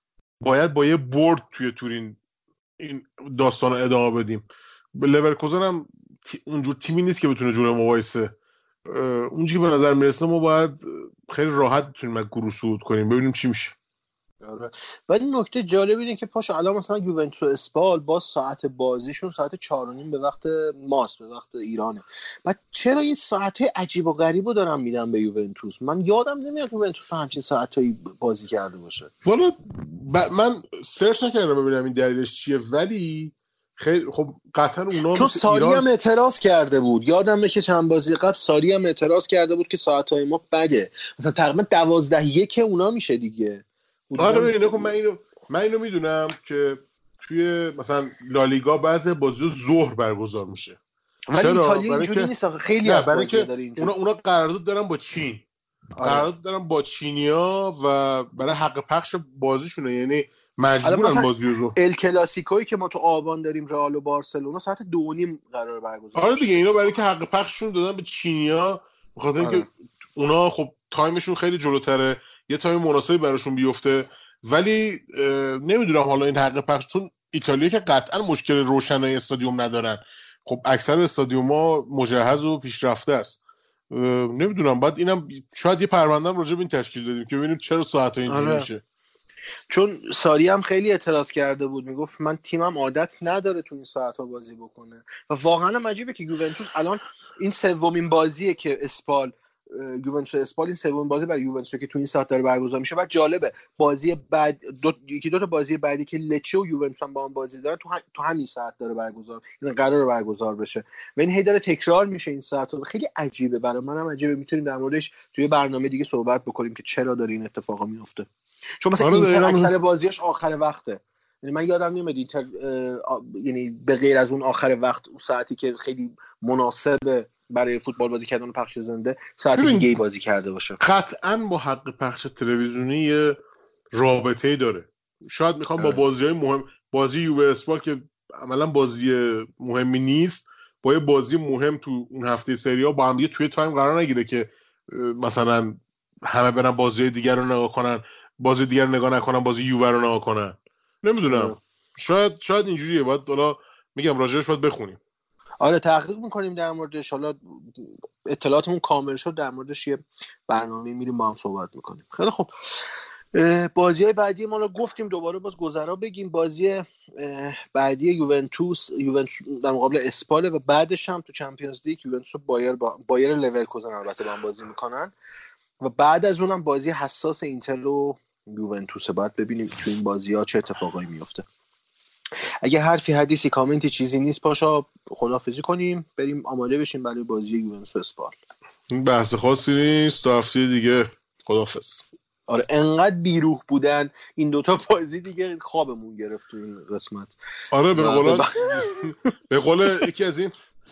باید با یه برد توی تورین این داستان رو ادامه بدیم. لورکوزن هم تی... اونجور تیمی نیست که بتونه جلوی ما وایسه. اونجوری که به نظر میرسه ما باید خیلی راحت بتونیم از گروه صعود کنیم، ببینیم چی میشه. آره. ولی نکته جالب اینه که پاشو الان مثلا یوونتوس و اسپال با ساعت بازیشون ساعت چهار و نیم به وقت ماست، به وقت ایرانه. بعد چرا این ساعت‌های عجیب و غریبو دارن میدن به یوونتوس؟ من یادم نمیاد یوونتوس همچین ساعتایی بازی کرده باشه. والا ب... من سرچ نکردم ببینم این دلیلش چیه، ولی خیلی خب قطعا اونا چون ساری ایران... هم اعتراض کرده بود. یادمه که چند بازی قبل ساری هم اعتراض کرده بود که ساعت‌های ما بده. مثلا تقریبا دوازده یک اونا میشه دیگه. آره اینو من اینو من اینو میدونم که توی مثلا لالیگا بعضی بازی‌ها ظهر برگزار میشه. ولی ایتالیا اینجوری نیست، خیلی از بازی‌ها داره اینجوری. اونا اونا قرارداد دارن با چین. آره. قرارداد دارن با چینیا و برای حق پخش بازیشونه، یعنی مجبورن بازی رو. ال کلاسیکویی که ما تو آبان داریم رئال و بارسلونا ساعت دو و نیم قرار برگزار. آره دیگه اینا برای که حق پخششون دادن به چینیا، بخاطر اینکه آره. اونا خب تایمشون خیلی جلوتره، یه تایم مناسبی براشون بیفته. ولی نمیدونم حالا این حق پخش، چون ایتالیا که قطعا مشکل روشنایی استادیوم ندارن، خب اکثر استادیوم‌ها مجهز و پیشرفته است. نمیدونم بعد اینم شاید یه پرونده‌ام راجع به این تشکیل دادیم که ببینیم چرا ساعت اینجوری آره. میشه. چون ساری هم خیلی اعتراض کرده بود، میگفت من تیمم عادت نداره تو این ساعت‌ها بازی بکنه و واقعا هم عجیبه که یوونتوس الان این سومین بازیه که اسپال یوونتوس اسپال این سومین بازی برای یوونتوس که تو این ساعت داره برگزار میشه. بعد جالبه بازی بعد دو یکی دو تا بازی بعدی که لچه و یوونتوس هم با هم بازی دارن تو, هم... تو همین ساعت داره برگزار، یعنی قراره برگزار بشه و این هی داره تکرار میشه این ساعت. خیلی عجیبه، برای منم عجیبه. میتونیم در موردش توی برنامه دیگه صحبت بکنیم که چرا داره این اتفاقا میفته. چون مثلا اینتر اکثر بازیاش آخر وقته، یعنی من یادم نمیاد اینتر یعنی به غیر از اون آخر وقت اون ساعتی که خیلی مناسبه برای فوتبال بازی کردن و پخش زنده ساعت دیگه بازی کرده باشه. قطعاً با حق پخش تلویزیونی یه رابطه‌ای داره. شاید میخوام با بازی‌های مهم، بازی یووه اسپال که عملاً بازی مهمی نیست، با یه بازی مهم تو اون هفته سری ها با هم دیگه توی تایم قرار نگیره که مثلا همه برن بازی دیگر رو نگاه کنن، بازی دیگر رو نگاه نکنن، بازی یووه رو نگاه کنن. نمیدونم، شاید شاید اینجوریه. باید حالا میگم راجعش باید بخونیم. آره تحقیق میکنیم در موردش، حالا اطلاعاتمون کامل شد در موردش یه برنامه میریم با هم صحبت میکنیم. خیلی خوب، بازی های بعدی ما رو گفتیم، دوباره باز گذرا بگیم. بازی بعدی یوونتوس یوونتوس در مقابل اسپال و بعدش هم تو چمپیونز لیگ یوونتوس و بایر با... بایر لورکوزن البته با هم بازی میکنن و بعد از اونم بازی حساس اینتر و یوونتوس. باید ببینیم تو این بازی‌ها چه اتفاقایی میفته. اگه حرفی حدیثی کامنتی چیزی نیست پاشا خداحافظی کنیم بریم آماده بشیم برای بازی یوونتوس اسپال. این بحث خاصی نیست، تا هفته دیگه خداحافظ. آره انقدر بیروح بودن این دوتا بازی دیگه خوابمون گرفت تو این قسمت. آره به قول به قول یکی از این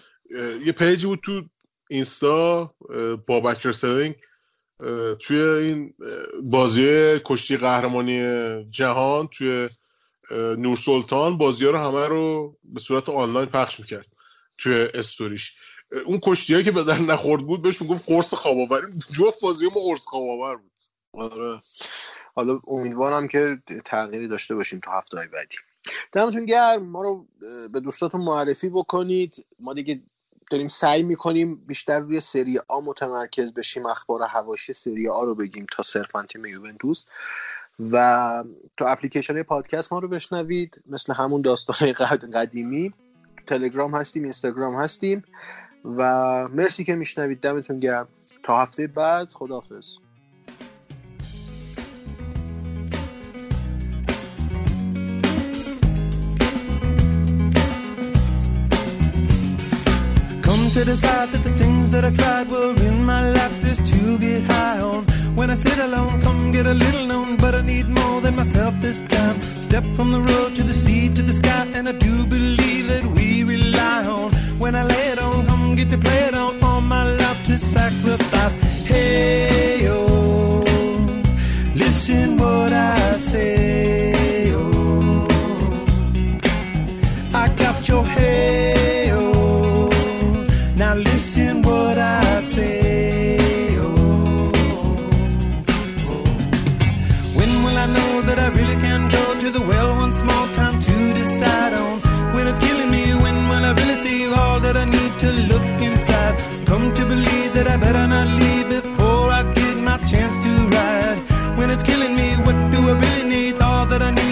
یه پیجی بود تو اینستا، بابک رسلینگ، توی این بازی کشتی قهرمانی جهان توی نور سلطان بازی‌ها رو همه رو به صورت آنلاین پخش میکرد توی استوریش. اون کشتی‌هایی که به در نخورد بود بهش میگفت قرص خواب‌آور. جفت بازی‌ها ما قرص خواب‌آور بود. آره حالا امیدوارم که تغییری داشته باشیم تو هفته‌های بعدی. دمتون گرم، ما رو به دوستاتون معرفی بکنید. ما دیگه داریم سعی میکنیم بیشتر روی سری آ متمرکز بشیم، اخبار حواشی سری آ رو بگیم تا صرفاً تیم یوونتوس، و تو اپلیکیشن پادکست ما رو بشنوید مثل همون داستانهای قدیمی. تلگرام هستیم، اینستاگرام هستیم و مرسی که میشنوید. دمتون گرم، تا هفته بعد، خداحافظ. To decide that the things that I tried were in my life just to get high on. When I sit alone, come get a little known, but I need more than myself this time. Step from the road to the sea to the sky, and I do believe that we rely on. When I lay it on, come get to play it on, all my life to sacrifice. Hey, oh, listen what I say, oh, I got your head. Now listen what I say, oh, oh. When will I know that I really can go to me, what do I really need? All that I need